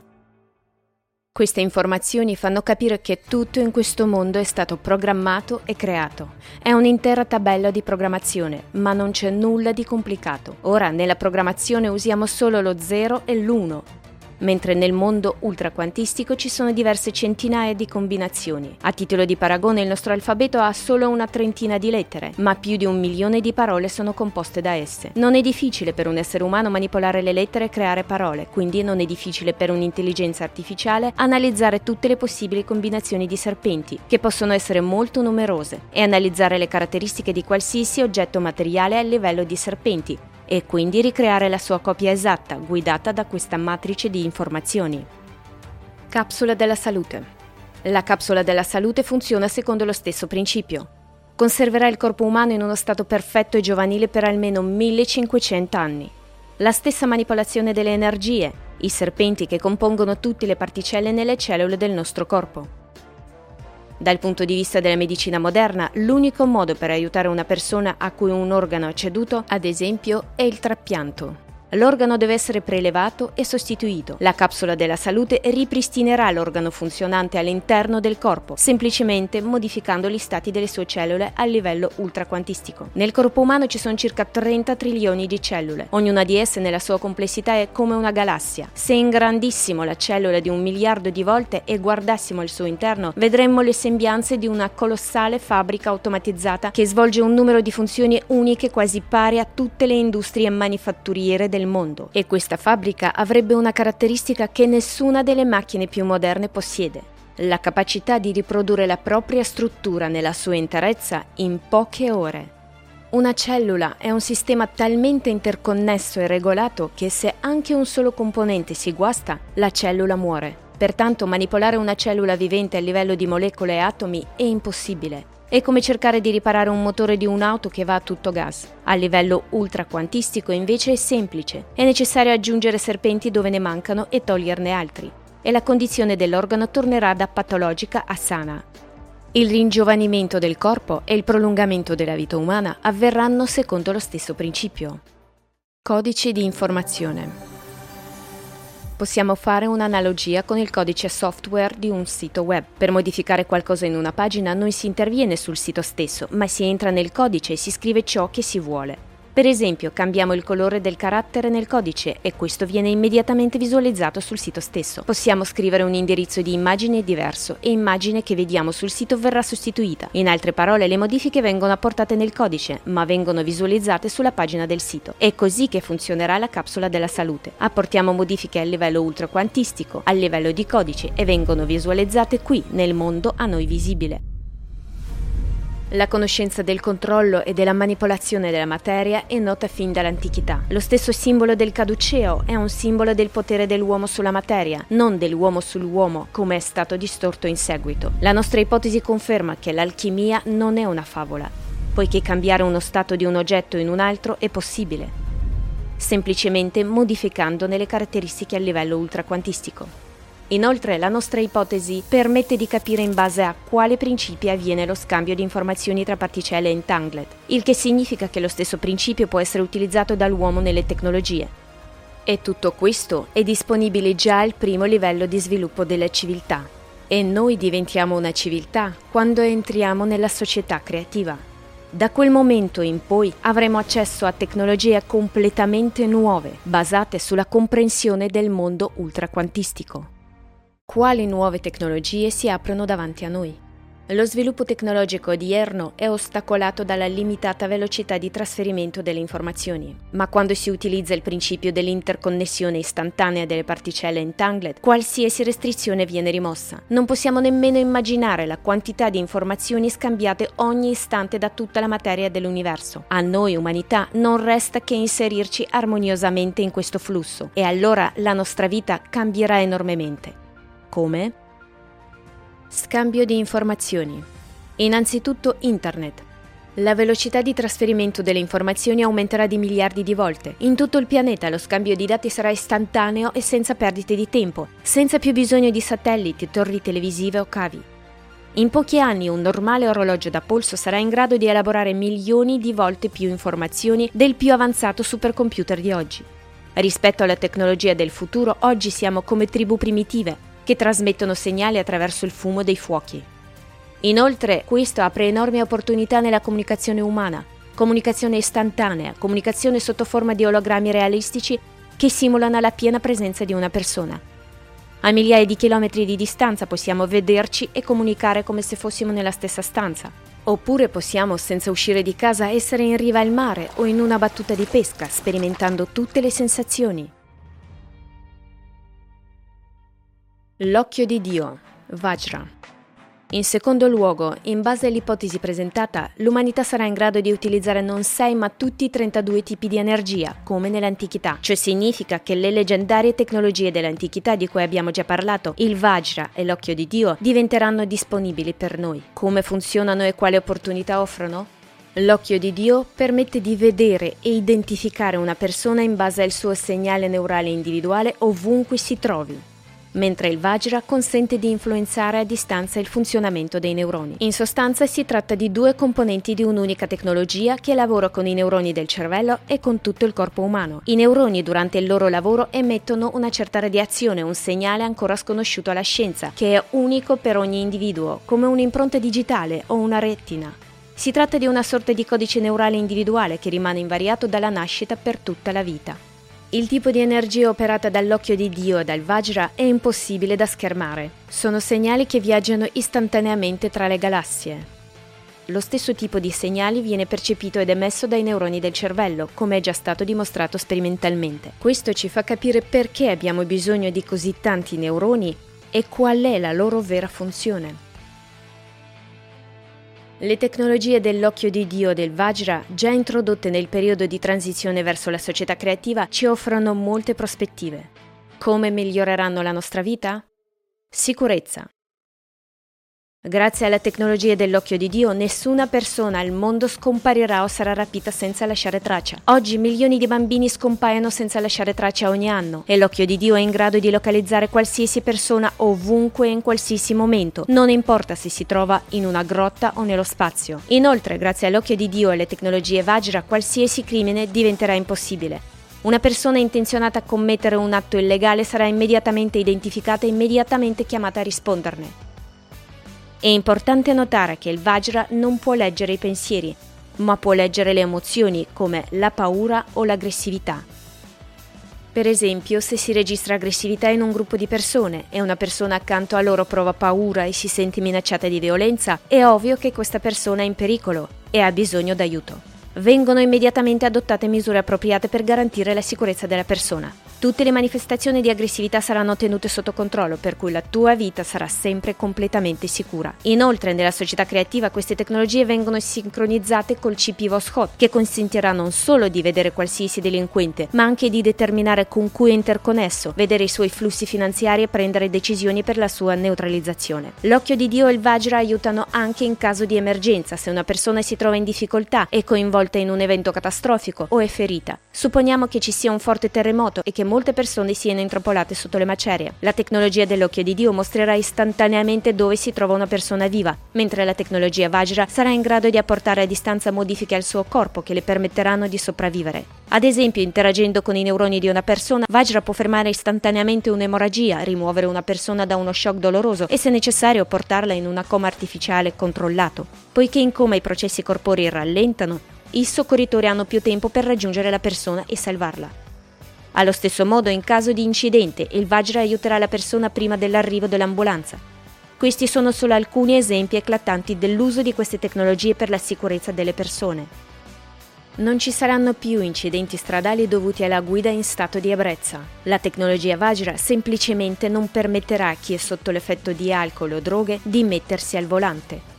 Queste informazioni fanno capire che tutto in questo mondo è stato programmato e creato. È un'intera tabella di programmazione, ma non c'è nulla di complicato. Ora, nella programmazione usiamo solo lo zero e l'uno, mentre nel mondo ultraquantistico ci sono diverse centinaia di combinazioni. A titolo di paragone, il nostro alfabeto ha solo una trentina di lettere, ma più di un milione di parole sono composte da esse. Non è difficile per un essere umano manipolare le lettere e creare parole, quindi non è difficile per un'intelligenza artificiale analizzare tutte le possibili combinazioni di serpenti, che possono essere molto numerose, e analizzare le caratteristiche di qualsiasi oggetto materiale a livello di serpenti, e quindi ricreare la sua copia esatta, guidata da questa matrice di informazioni. Capsula della salute. La capsula della salute funziona secondo lo stesso principio. Conserverà il corpo umano in uno stato perfetto e giovanile per almeno millecinquecento anni. La stessa manipolazione delle energie, i serpenti che compongono tutte le particelle nelle cellule del nostro corpo. Dal punto di vista della medicina moderna, l'unico modo per aiutare una persona a cui un organo è ceduto, ad esempio, è il trapianto. L'organo deve essere prelevato e sostituito. La capsula della salute ripristinerà l'organo funzionante all'interno del corpo, semplicemente modificando gli stati delle sue cellule a livello ultraquantistico. Nel corpo umano ci sono circa trenta trilioni di cellule. Ognuna di esse nella sua complessità è come una galassia. Se ingrandissimo la cellula di un miliardo di volte e guardassimo il suo interno, vedremmo le sembianze di una colossale fabbrica automatizzata che svolge un numero di funzioni uniche quasi pari a tutte le industrie manifatturiere del mondo, e questa fabbrica avrebbe una caratteristica che nessuna delle macchine più moderne possiede: la capacità di riprodurre la propria struttura nella sua interezza in poche ore. Una cellula è un sistema talmente interconnesso e regolato che se anche un solo componente si guasta, la cellula muore. Pertanto manipolare una cellula vivente a livello di molecole e atomi è impossibile. È come cercare di riparare un motore di un'auto che va a tutto gas. A livello ultraquantistico invece è semplice. È necessario aggiungere serpenti dove ne mancano e toglierne altri. E la condizione dell'organo tornerà da patologica a sana. Il ringiovanimento del corpo e il prolungamento della vita umana avverranno secondo lo stesso principio. Codice di informazione. Possiamo fare un'analogia con il codice software di un sito web. Per modificare qualcosa in una pagina non si interviene sul sito stesso, ma si entra nel codice e si scrive ciò che si vuole. Per esempio, cambiamo il colore del carattere nel codice e questo viene immediatamente visualizzato sul sito stesso. Possiamo scrivere un indirizzo di immagine diverso e immagine che vediamo sul sito verrà sostituita. In altre parole, le modifiche vengono apportate nel codice, ma vengono visualizzate sulla pagina del sito. È così che funzionerà la capsula della salute. Apportiamo modifiche a livello ultraquantistico, a livello di codice e vengono visualizzate qui, nel mondo a noi visibile. La conoscenza del controllo e della manipolazione della materia è nota fin dall'antichità. Lo stesso simbolo del caduceo è un simbolo del potere dell'uomo sulla materia, non dell'uomo sull'uomo, come è stato distorto in seguito. La nostra ipotesi conferma che l'alchimia non è una favola, poiché cambiare uno stato di un oggetto in un altro è possibile, semplicemente modificandone le caratteristiche a livello ultraquantistico. Inoltre, la nostra ipotesi permette di capire in base a quale principio avviene lo scambio di informazioni tra particelle entangled, il che significa che lo stesso principio può essere utilizzato dall'uomo nelle tecnologie. E tutto questo è disponibile già al primo livello di sviluppo della civiltà. E noi diventiamo una civiltà quando entriamo nella società creativa. Da quel momento in poi avremo accesso a tecnologie completamente nuove, basate sulla comprensione del mondo ultraquantistico. Quali nuove tecnologie si aprono davanti a noi? Lo sviluppo tecnologico odierno è ostacolato dalla limitata velocità di trasferimento delle informazioni, ma quando si utilizza il principio dell'interconnessione istantanea delle particelle entangled, qualsiasi restrizione viene rimossa. Non possiamo nemmeno immaginare la quantità di informazioni scambiate ogni istante da tutta la materia dell'universo. A noi, umanità, non resta che inserirci armoniosamente in questo flusso, e allora la nostra vita cambierà enormemente. Come? Scambio di informazioni. Innanzitutto Internet. La velocità di trasferimento delle informazioni aumenterà di miliardi di volte. In tutto il pianeta lo scambio di dati sarà istantaneo e senza perdite di tempo, senza più bisogno di satelliti, torri televisive o cavi. In pochi anni un normale orologio da polso sarà in grado di elaborare milioni di volte più informazioni del più avanzato supercomputer di oggi. Rispetto alla tecnologia del futuro, oggi siamo come tribù primitive, che trasmettono segnali attraverso il fumo dei fuochi. Inoltre, questo apre enormi opportunità nella comunicazione umana, comunicazione istantanea, comunicazione sotto forma di ologrammi realistici che simulano la piena presenza di una persona. A migliaia di chilometri di distanza possiamo vederci e comunicare come se fossimo nella stessa stanza. Oppure possiamo, senza uscire di casa, essere in riva al mare o in una battuta di pesca, sperimentando tutte le sensazioni. L'occhio di Dio, Vajra. In secondo luogo, in base all'ipotesi presentata, l'umanità sarà in grado di utilizzare non sei ma tutti i trentadue tipi di energia, come nell'antichità. Ciò significa che le leggendarie tecnologie dell'antichità di cui abbiamo già parlato, il Vajra e l'occhio di Dio, diventeranno disponibili per noi. Come funzionano e quali opportunità offrono? L'occhio di Dio permette di vedere e identificare una persona in base al suo segnale neurale individuale ovunque si trovi, mentre il Vajra consente di influenzare a distanza il funzionamento dei neuroni. In sostanza si tratta di due componenti di un'unica tecnologia che lavora con i neuroni del cervello e con tutto il corpo umano. I neuroni durante il loro lavoro emettono una certa radiazione, un segnale ancora sconosciuto alla scienza, che è unico per ogni individuo, come un'impronta digitale o una retina. Si tratta di una sorta di codice neurale individuale che rimane invariato dalla nascita per tutta la vita. Il tipo di energia operata dall'occhio di Dio e dal Vajra è impossibile da schermare. Sono segnali che viaggiano istantaneamente tra le galassie. Lo stesso tipo di segnali viene percepito ed emesso dai neuroni del cervello, come è già stato dimostrato sperimentalmente. Questo ci fa capire perché abbiamo bisogno di così tanti neuroni e qual è la loro vera funzione. Le tecnologie dell'occhio di Dio e del Vajra, già introdotte nel periodo di transizione verso la società creativa, ci offrono molte prospettive. Come miglioreranno la nostra vita? Sicurezza. Grazie alla tecnologia dell'occhio di Dio, nessuna persona al mondo scomparirà o sarà rapita senza lasciare traccia. Oggi milioni di bambini scompaiono senza lasciare traccia ogni anno e l'occhio di Dio è in grado di localizzare qualsiasi persona ovunque e in qualsiasi momento, non importa se si trova in una grotta o nello spazio. Inoltre, grazie all'occhio di Dio e alle tecnologie Vajra, qualsiasi crimine diventerà impossibile. Una persona intenzionata a commettere un atto illegale sarà immediatamente identificata e immediatamente chiamata a risponderne. È importante notare che il Vajra non può leggere i pensieri, ma può leggere le emozioni come la paura o l'aggressività. Per esempio, se si registra aggressività in un gruppo di persone e una persona accanto a loro prova paura e si sente minacciata di violenza, è ovvio che questa persona è in pericolo e ha bisogno d'aiuto. Vengono immediatamente adottate misure appropriate per garantire la sicurezza della persona. Tutte le manifestazioni di aggressività saranno tenute sotto controllo, per cui la tua vita sarà sempre completamente sicura. Inoltre, nella società creativa queste tecnologie vengono sincronizzate col chip Voshot, che consentirà non solo di vedere qualsiasi delinquente, ma anche di determinare con cui è interconnesso, vedere i suoi flussi finanziari e prendere decisioni per la sua neutralizzazione. L'occhio di Dio e il Vajra aiutano anche in caso di emergenza, se una persona si trova in difficoltà, è coinvolta in un evento catastrofico o è ferita. Supponiamo che ci sia un forte terremoto e che molte persone siano intrappolate sotto le macerie. La tecnologia dell'occhio di Dio mostrerà istantaneamente dove si trova una persona viva, mentre la tecnologia Vajra sarà in grado di apportare a distanza modifiche al suo corpo che le permetteranno di sopravvivere. Ad esempio, interagendo con i neuroni di una persona, Vajra può fermare istantaneamente un'emorragia, rimuovere una persona da uno shock doloroso e, se necessario, portarla in una coma artificiale controllato. Poiché in coma i processi corporei rallentano, i soccorritori hanno più tempo per raggiungere la persona e salvarla. Allo stesso modo, in caso di incidente, il Vajra aiuterà la persona prima dell'arrivo dell'ambulanza. Questi sono solo alcuni esempi eclatanti dell'uso di queste tecnologie per la sicurezza delle persone. Non ci saranno più incidenti stradali dovuti alla guida in stato di ebbrezza. La tecnologia Vajra semplicemente non permetterà a chi è sotto l'effetto di alcol o droghe di mettersi al volante.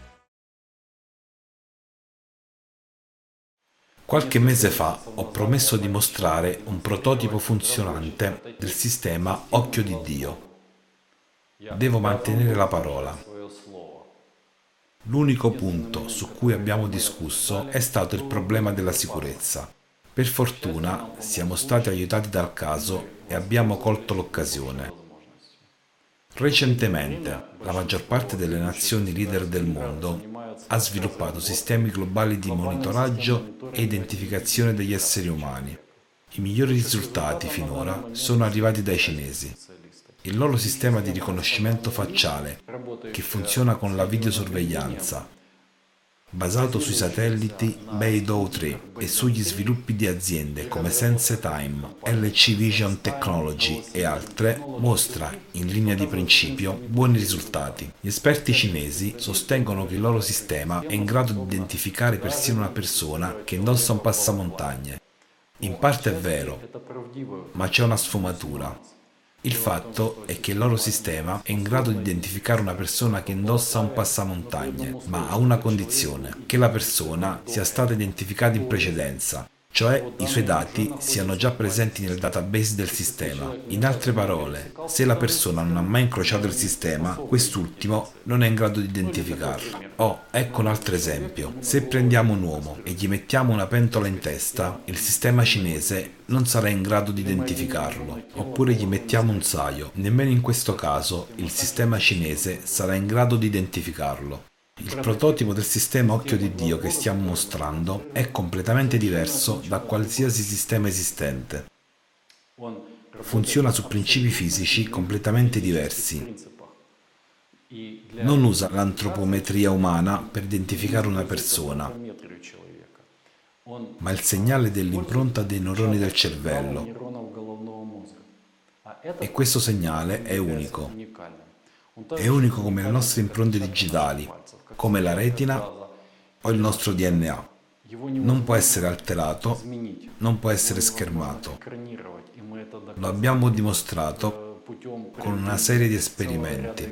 Qualche mese fa ho promesso di mostrare un prototipo funzionante del sistema Occhio di Dio. Devo mantenere la parola. L'unico punto su cui abbiamo discusso è stato il problema della sicurezza. Per fortuna siamo stati aiutati dal caso e abbiamo colto l'occasione. Recentemente, la maggior parte delle nazioni leader del mondo ha sviluppato sistemi globali di monitoraggio e identificazione degli esseri umani. I migliori risultati finora sono arrivati dai cinesi. Il loro sistema di riconoscimento facciale, che funziona con la videosorveglianza, basato sui satelliti Beidou tre e sugli sviluppi di aziende come SenseTime, L C Vision Technology e altre, mostra, in linea di principio, buoni risultati. Gli esperti cinesi sostengono che il loro sistema è in grado di identificare persino una persona che indossa un passamontagne. In parte è vero, ma c'è una sfumatura. Il fatto è che il loro sistema è in grado di identificare una persona che indossa un passamontagne, ma a una condizione, che la persona sia stata identificata in precedenza, cioè i suoi dati siano già presenti nel database del sistema. In altre parole, se la persona non ha mai incrociato il sistema, quest'ultimo non è in grado di identificarla. Oh, ecco un altro esempio. Se prendiamo un uomo e gli mettiamo una pentola in testa, il sistema cinese non sarà in grado di identificarlo. Oppure gli mettiamo un saio, nemmeno in questo caso il sistema cinese sarà in grado di identificarlo. Il prototipo del sistema Occhio di Dio che stiamo mostrando è completamente diverso da qualsiasi sistema esistente. Funziona su principi fisici completamente diversi. Non usa l'antropometria umana per identificare una persona, ma il segnale dell'impronta dei neuroni del cervello. E questo segnale è unico. È unico come le nostre impronte digitali, come la retina o il nostro D N A. Non può essere alterato, non può essere schermato. Lo abbiamo dimostrato con una serie di esperimenti.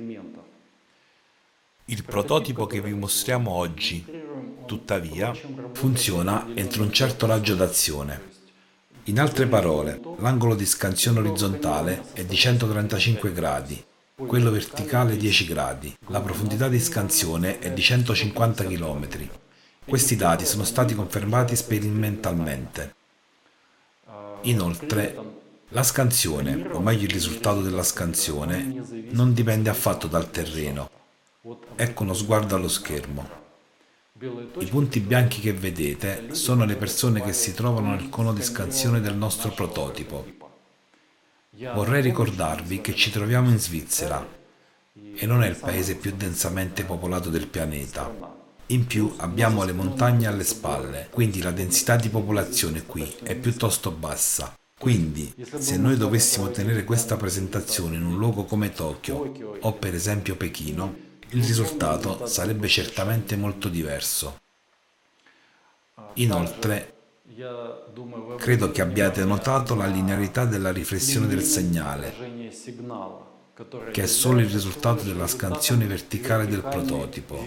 Il prototipo che vi mostriamo oggi, tuttavia, funziona entro un certo raggio d'azione. In altre parole, l'angolo di scansione orizzontale è di centotrentacinque gradi quello verticale dieci gradi. La profondità di scansione è di centocinquanta chilometri. Questi dati sono stati confermati sperimentalmente. Inoltre, la scansione, o meglio il risultato della scansione, non dipende affatto dal terreno. Ecco uno sguardo allo schermo. I punti bianchi che vedete sono le persone che si trovano nel cono di scansione del nostro prototipo. Vorrei ricordarvi che ci troviamo in Svizzera e non è il paese più densamente popolato del pianeta. In più abbiamo le montagne alle spalle, quindi la densità di popolazione qui è piuttosto bassa. Quindi, se noi dovessimo tenere questa presentazione in un luogo come Tokyo o per esempio Pechino, il risultato sarebbe certamente molto diverso. Inoltre, credo che abbiate notato la linearità della riflessione del segnale, che è solo il risultato della scansione verticale del prototipo.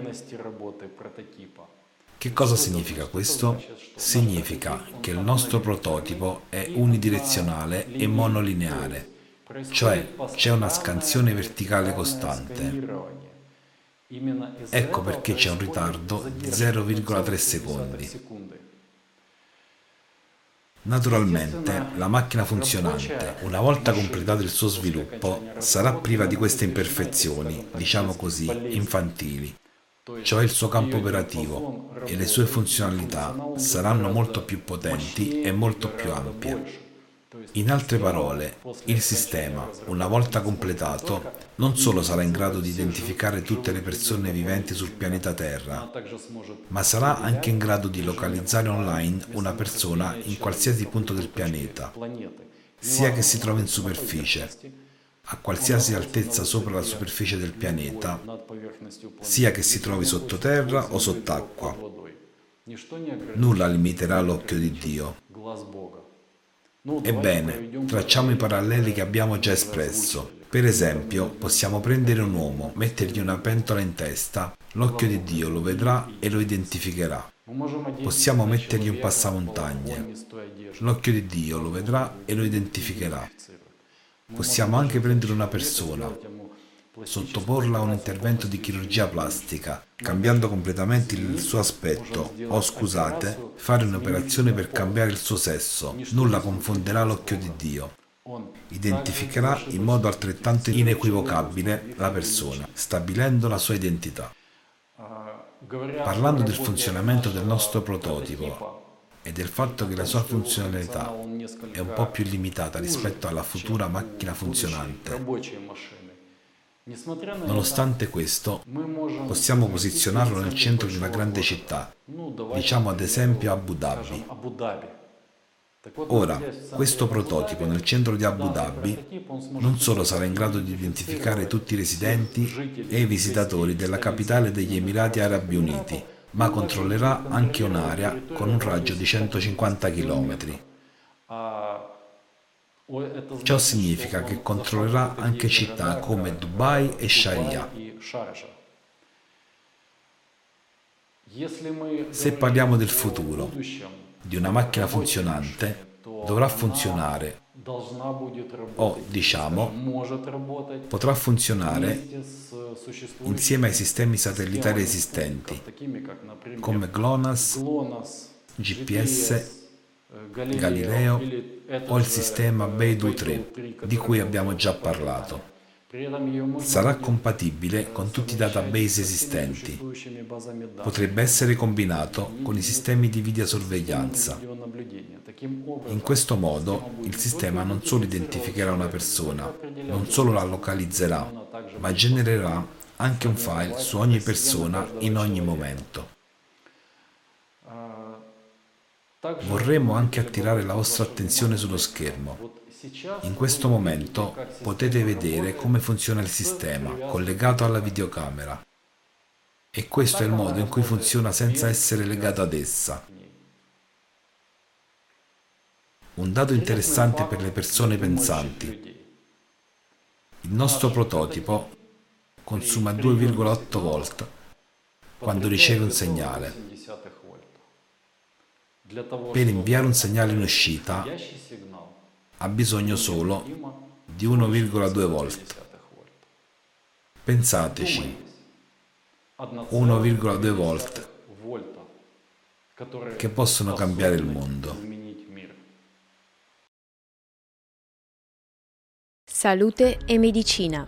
Che cosa significa questo? Significa che il nostro prototipo è unidirezionale e monolineare, cioè c'è una scansione verticale costante. Ecco perché c'è un ritardo di zero virgola tre secondi. Naturalmente, la macchina funzionante, una volta completato il suo sviluppo, sarà priva di queste imperfezioni, diciamo così, infantili, cioè il suo campo operativo, e le sue funzionalità saranno molto più potenti e molto più ampie. In altre parole, il sistema, una volta completato, non solo sarà in grado di identificare tutte le persone viventi sul pianeta Terra, ma sarà anche in grado di localizzare online una persona in qualsiasi punto del pianeta, sia che si trovi in superficie, a qualsiasi altezza sopra la superficie del pianeta, sia che si trovi sottoterra o sott'acqua. Nulla limiterà l'occhio di Dio. Ebbene, tracciamo i paralleli che abbiamo già espresso. Per esempio, possiamo prendere un uomo, mettergli una pentola in testa, l'occhio di Dio lo vedrà e lo identificherà. Possiamo mettergli un passamontagne, l'occhio di Dio lo vedrà e lo identificherà. Possiamo anche prendere una persona, sottoporla a un intervento di chirurgia plastica, cambiando completamente il suo aspetto, o scusate, fare un'operazione per cambiare il suo sesso. Nulla confonderà l'occhio di Dio. Identificherà in modo altrettanto inequivocabile la persona, stabilendo la sua identità. Parlando del funzionamento del nostro prototipo e del fatto che la sua funzionalità è un po' più limitata rispetto alla futura macchina funzionante, nonostante questo, possiamo posizionarlo nel centro di una grande città, diciamo ad esempio Abu Dhabi. Ora, questo prototipo nel centro di Abu Dhabi non solo sarà in grado di identificare tutti i residenti e i visitatori della capitale degli Emirati Arabi Uniti, ma controllerà anche un'area con un raggio di centocinquanta chilometri. Ciò significa che controllerà anche città come Dubai e Sharjah. Se parliamo del futuro, di una macchina funzionante, dovrà funzionare, o diciamo, potrà funzionare insieme ai sistemi satellitari esistenti, come GLONASS, G P S, Galileo o il sistema Beidou tre, di cui abbiamo già parlato. Sarà compatibile con tutti i database esistenti. Potrebbe essere combinato con i sistemi di videosorveglianza. In questo modo il sistema non solo identificherà una persona, non solo la localizzerà, ma genererà anche un file su ogni persona in ogni momento. Vorremmo anche attirare la vostra attenzione sullo schermo. In questo momento potete vedere come funziona il sistema collegato alla videocamera. E questo è il modo in cui funziona senza essere legato ad essa. Un dato interessante per le persone pensanti. Il nostro prototipo consuma due virgola otto volt quando riceve un segnale. Per inviare un segnale in uscita ha bisogno solo di uno virgola due volt. Pensateci, uno virgola due volt che possono cambiare il mondo. Salute e medicina.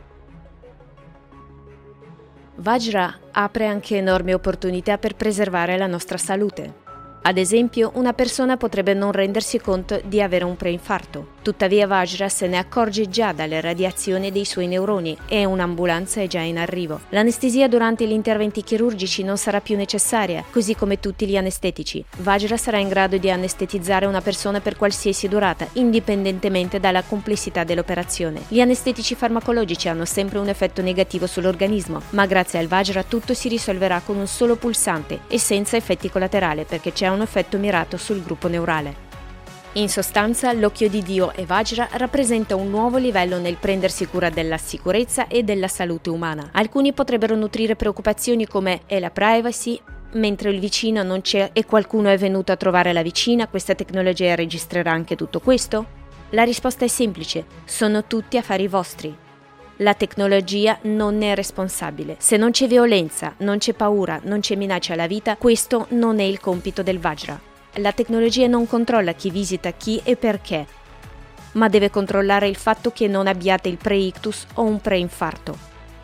Vajra apre anche enormi opportunità per preservare la nostra salute. Ad esempio, una persona potrebbe non rendersi conto di avere un preinfarto. Tuttavia Vajra se ne accorge già dalle radiazioni dei suoi neuroni e un'ambulanza è già in arrivo. L'anestesia durante gli interventi chirurgici non sarà più necessaria, così come tutti gli anestetici. Vajra sarà in grado di anestetizzare una persona per qualsiasi durata, indipendentemente dalla complessità dell'operazione. Gli anestetici farmacologici hanno sempre un effetto negativo sull'organismo, ma grazie al Vajra tutto si risolverà con un solo pulsante e senza effetti collaterali, perché c'è un effetto mirato sul gruppo neurale. In sostanza, l'occhio di Dio e Vajra rappresenta un nuovo livello nel prendersi cura della sicurezza e della salute umana. Alcuni potrebbero nutrire preoccupazioni come è la privacy, mentre il vicino non c'è e qualcuno è venuto a trovare la vicina, questa tecnologia registrerà anche tutto questo? La risposta è semplice: sono tutti affari vostri. La tecnologia non è responsabile. Se non c'è violenza, non c'è paura, non c'è minaccia alla vita, questo non è il compito del Vajra. La tecnologia non controlla chi visita chi e perché, ma deve controllare il fatto che non abbiate il pre-ictus o un preinfarto.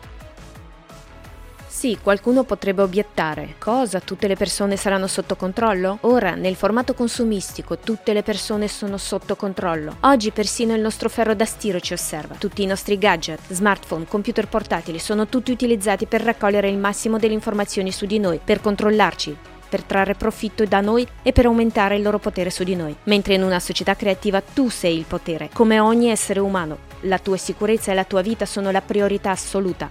Sì, qualcuno potrebbe obiettare: cosa? Tutte le persone saranno sotto controllo? Ora, nel formato consumistico, tutte le persone sono sotto controllo. Oggi persino il nostro ferro da stiro ci osserva. Tutti i nostri gadget, smartphone, computer portatili sono tutti utilizzati per raccogliere il massimo delle informazioni su di noi, per controllarci, per trarre profitto da noi e per aumentare il loro potere su di noi. Mentre in una società creativa tu sei il potere, come ogni essere umano. La tua sicurezza e la tua vita sono la priorità assoluta.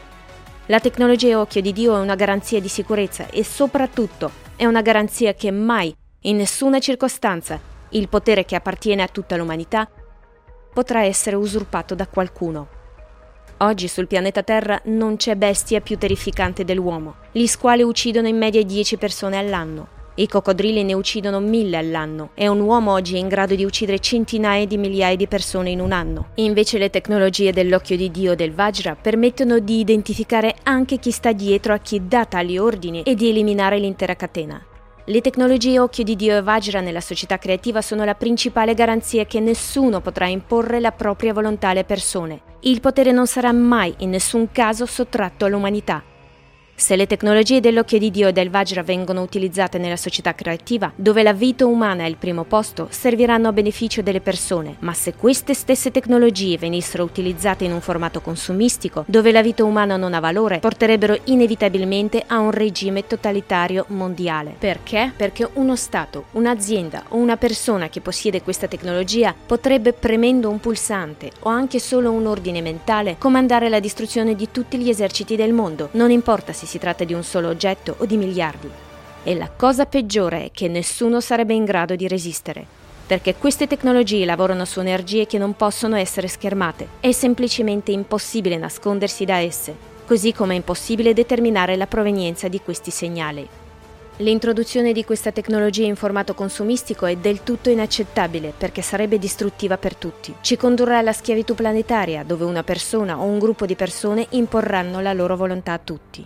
La tecnologia Occhio di Dio è una garanzia di sicurezza e soprattutto è una garanzia che mai, in nessuna circostanza, il potere che appartiene a tutta l'umanità potrà essere usurpato da qualcuno. Oggi sul pianeta Terra non c'è bestia più terrificante dell'uomo. Gli squali uccidono in media dieci persone all'anno. I coccodrilli ne uccidono mille all'anno e un uomo oggi è in grado di uccidere centinaia di migliaia di persone in un anno. Invece le tecnologie dell'Occhio di Dio del Vajra permettono di identificare anche chi sta dietro a chi dà tali ordini e di eliminare l'intera catena. Le tecnologie Occhio di Dio e Vajra nella società creativa sono la principale garanzia che nessuno potrà imporre la propria volontà alle persone. Il potere non sarà mai in nessun caso sottratto all'umanità. Se le tecnologie dell'Occhio di Dio e del Vajra vengono utilizzate nella società creativa, dove la vita umana è il primo posto, serviranno a beneficio delle persone, ma se queste stesse tecnologie venissero utilizzate in un formato consumistico, dove la vita umana non ha valore, porterebbero inevitabilmente a un regime totalitario mondiale. Perché? Perché uno Stato, un'azienda o una persona che possiede questa tecnologia potrebbe, premendo un pulsante o anche solo un ordine mentale, comandare la distruzione di tutti gli eserciti del mondo, non importa se si tratta di un solo oggetto o di miliardi. E la cosa peggiore è che nessuno sarebbe in grado di resistere, perché queste tecnologie lavorano su energie che non possono essere schermate. È semplicemente impossibile nascondersi da esse, così come è impossibile determinare la provenienza di questi segnali. L'introduzione di questa tecnologia in formato consumistico è del tutto inaccettabile perché sarebbe distruttiva per tutti. Ci condurrà alla schiavitù planetaria, dove una persona o un gruppo di persone imporranno la loro volontà a tutti.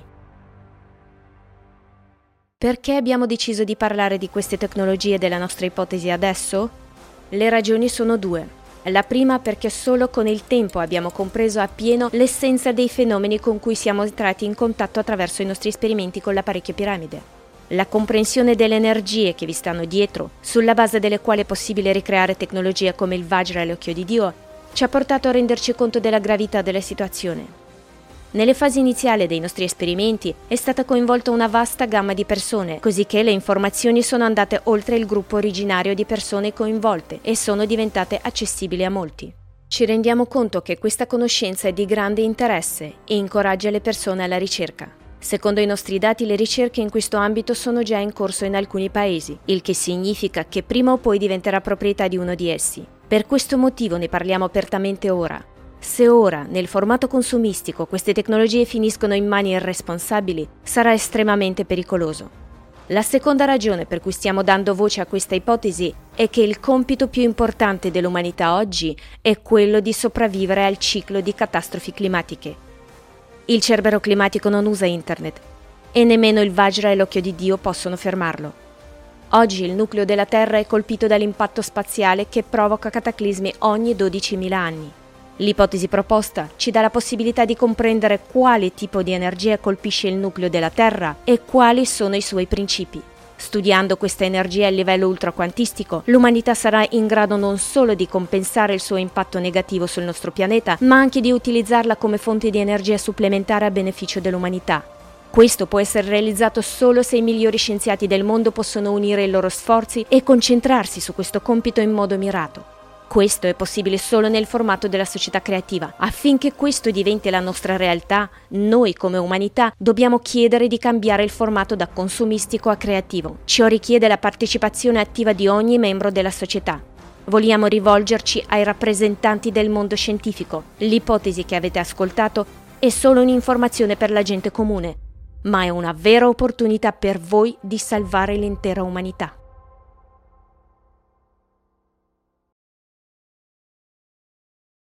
Perché abbiamo deciso di parlare di queste tecnologie della nostra ipotesi adesso? Le ragioni sono due. La prima perché solo con il tempo abbiamo compreso appieno l'essenza dei fenomeni con cui siamo entrati in contatto attraverso i nostri esperimenti con l'apparecchio piramide. La comprensione delle energie che vi stanno dietro, sulla base delle quali è possibile ricreare tecnologie come il Vajra e l'Occhio di Dio, ci ha portato a renderci conto della gravità della situazione. Nelle fasi iniziali dei nostri esperimenti è stata coinvolta una vasta gamma di persone, così che le informazioni sono andate oltre il gruppo originario di persone coinvolte e sono diventate accessibili a molti. Ci rendiamo conto che questa conoscenza è di grande interesse e incoraggia le persone alla ricerca. Secondo i nostri dati, le ricerche in questo ambito sono già in corso in alcuni paesi, il che significa che prima o poi diventerà proprietà di uno di essi. Per questo motivo ne parliamo apertamente ora. Se ora, nel formato consumistico, queste tecnologie finiscono in mani irresponsabili, sarà estremamente pericoloso. La seconda ragione per cui stiamo dando voce a questa ipotesi è che il compito più importante dell'umanità oggi è quello di sopravvivere al ciclo di catastrofi climatiche. Il Cerbero climatico non usa internet e nemmeno il Vajra e l'occhio di Dio possono fermarlo. Oggi il nucleo della Terra è colpito dall'impatto spaziale che provoca cataclismi ogni dodicimila anni. L'ipotesi proposta ci dà la possibilità di comprendere quale tipo di energia colpisce il nucleo della Terra e quali sono i suoi principi. Studiando questa energia a livello ultraquantistico, l'umanità sarà in grado non solo di compensare il suo impatto negativo sul nostro pianeta, ma anche di utilizzarla come fonte di energia supplementare a beneficio dell'umanità. Questo può essere realizzato solo se i migliori scienziati del mondo possono unire i loro sforzi e concentrarsi su questo compito in modo mirato. Questo è possibile solo nel formato della società creativa. Affinché questo diventi la nostra realtà, noi come umanità dobbiamo chiedere di cambiare il formato da consumistico a creativo. Ciò richiede la partecipazione attiva di ogni membro della società. Vogliamo rivolgerci ai rappresentanti del mondo scientifico. L'ipotesi che avete ascoltato è solo un'informazione per la gente comune, ma è una vera opportunità per voi di salvare l'intera umanità.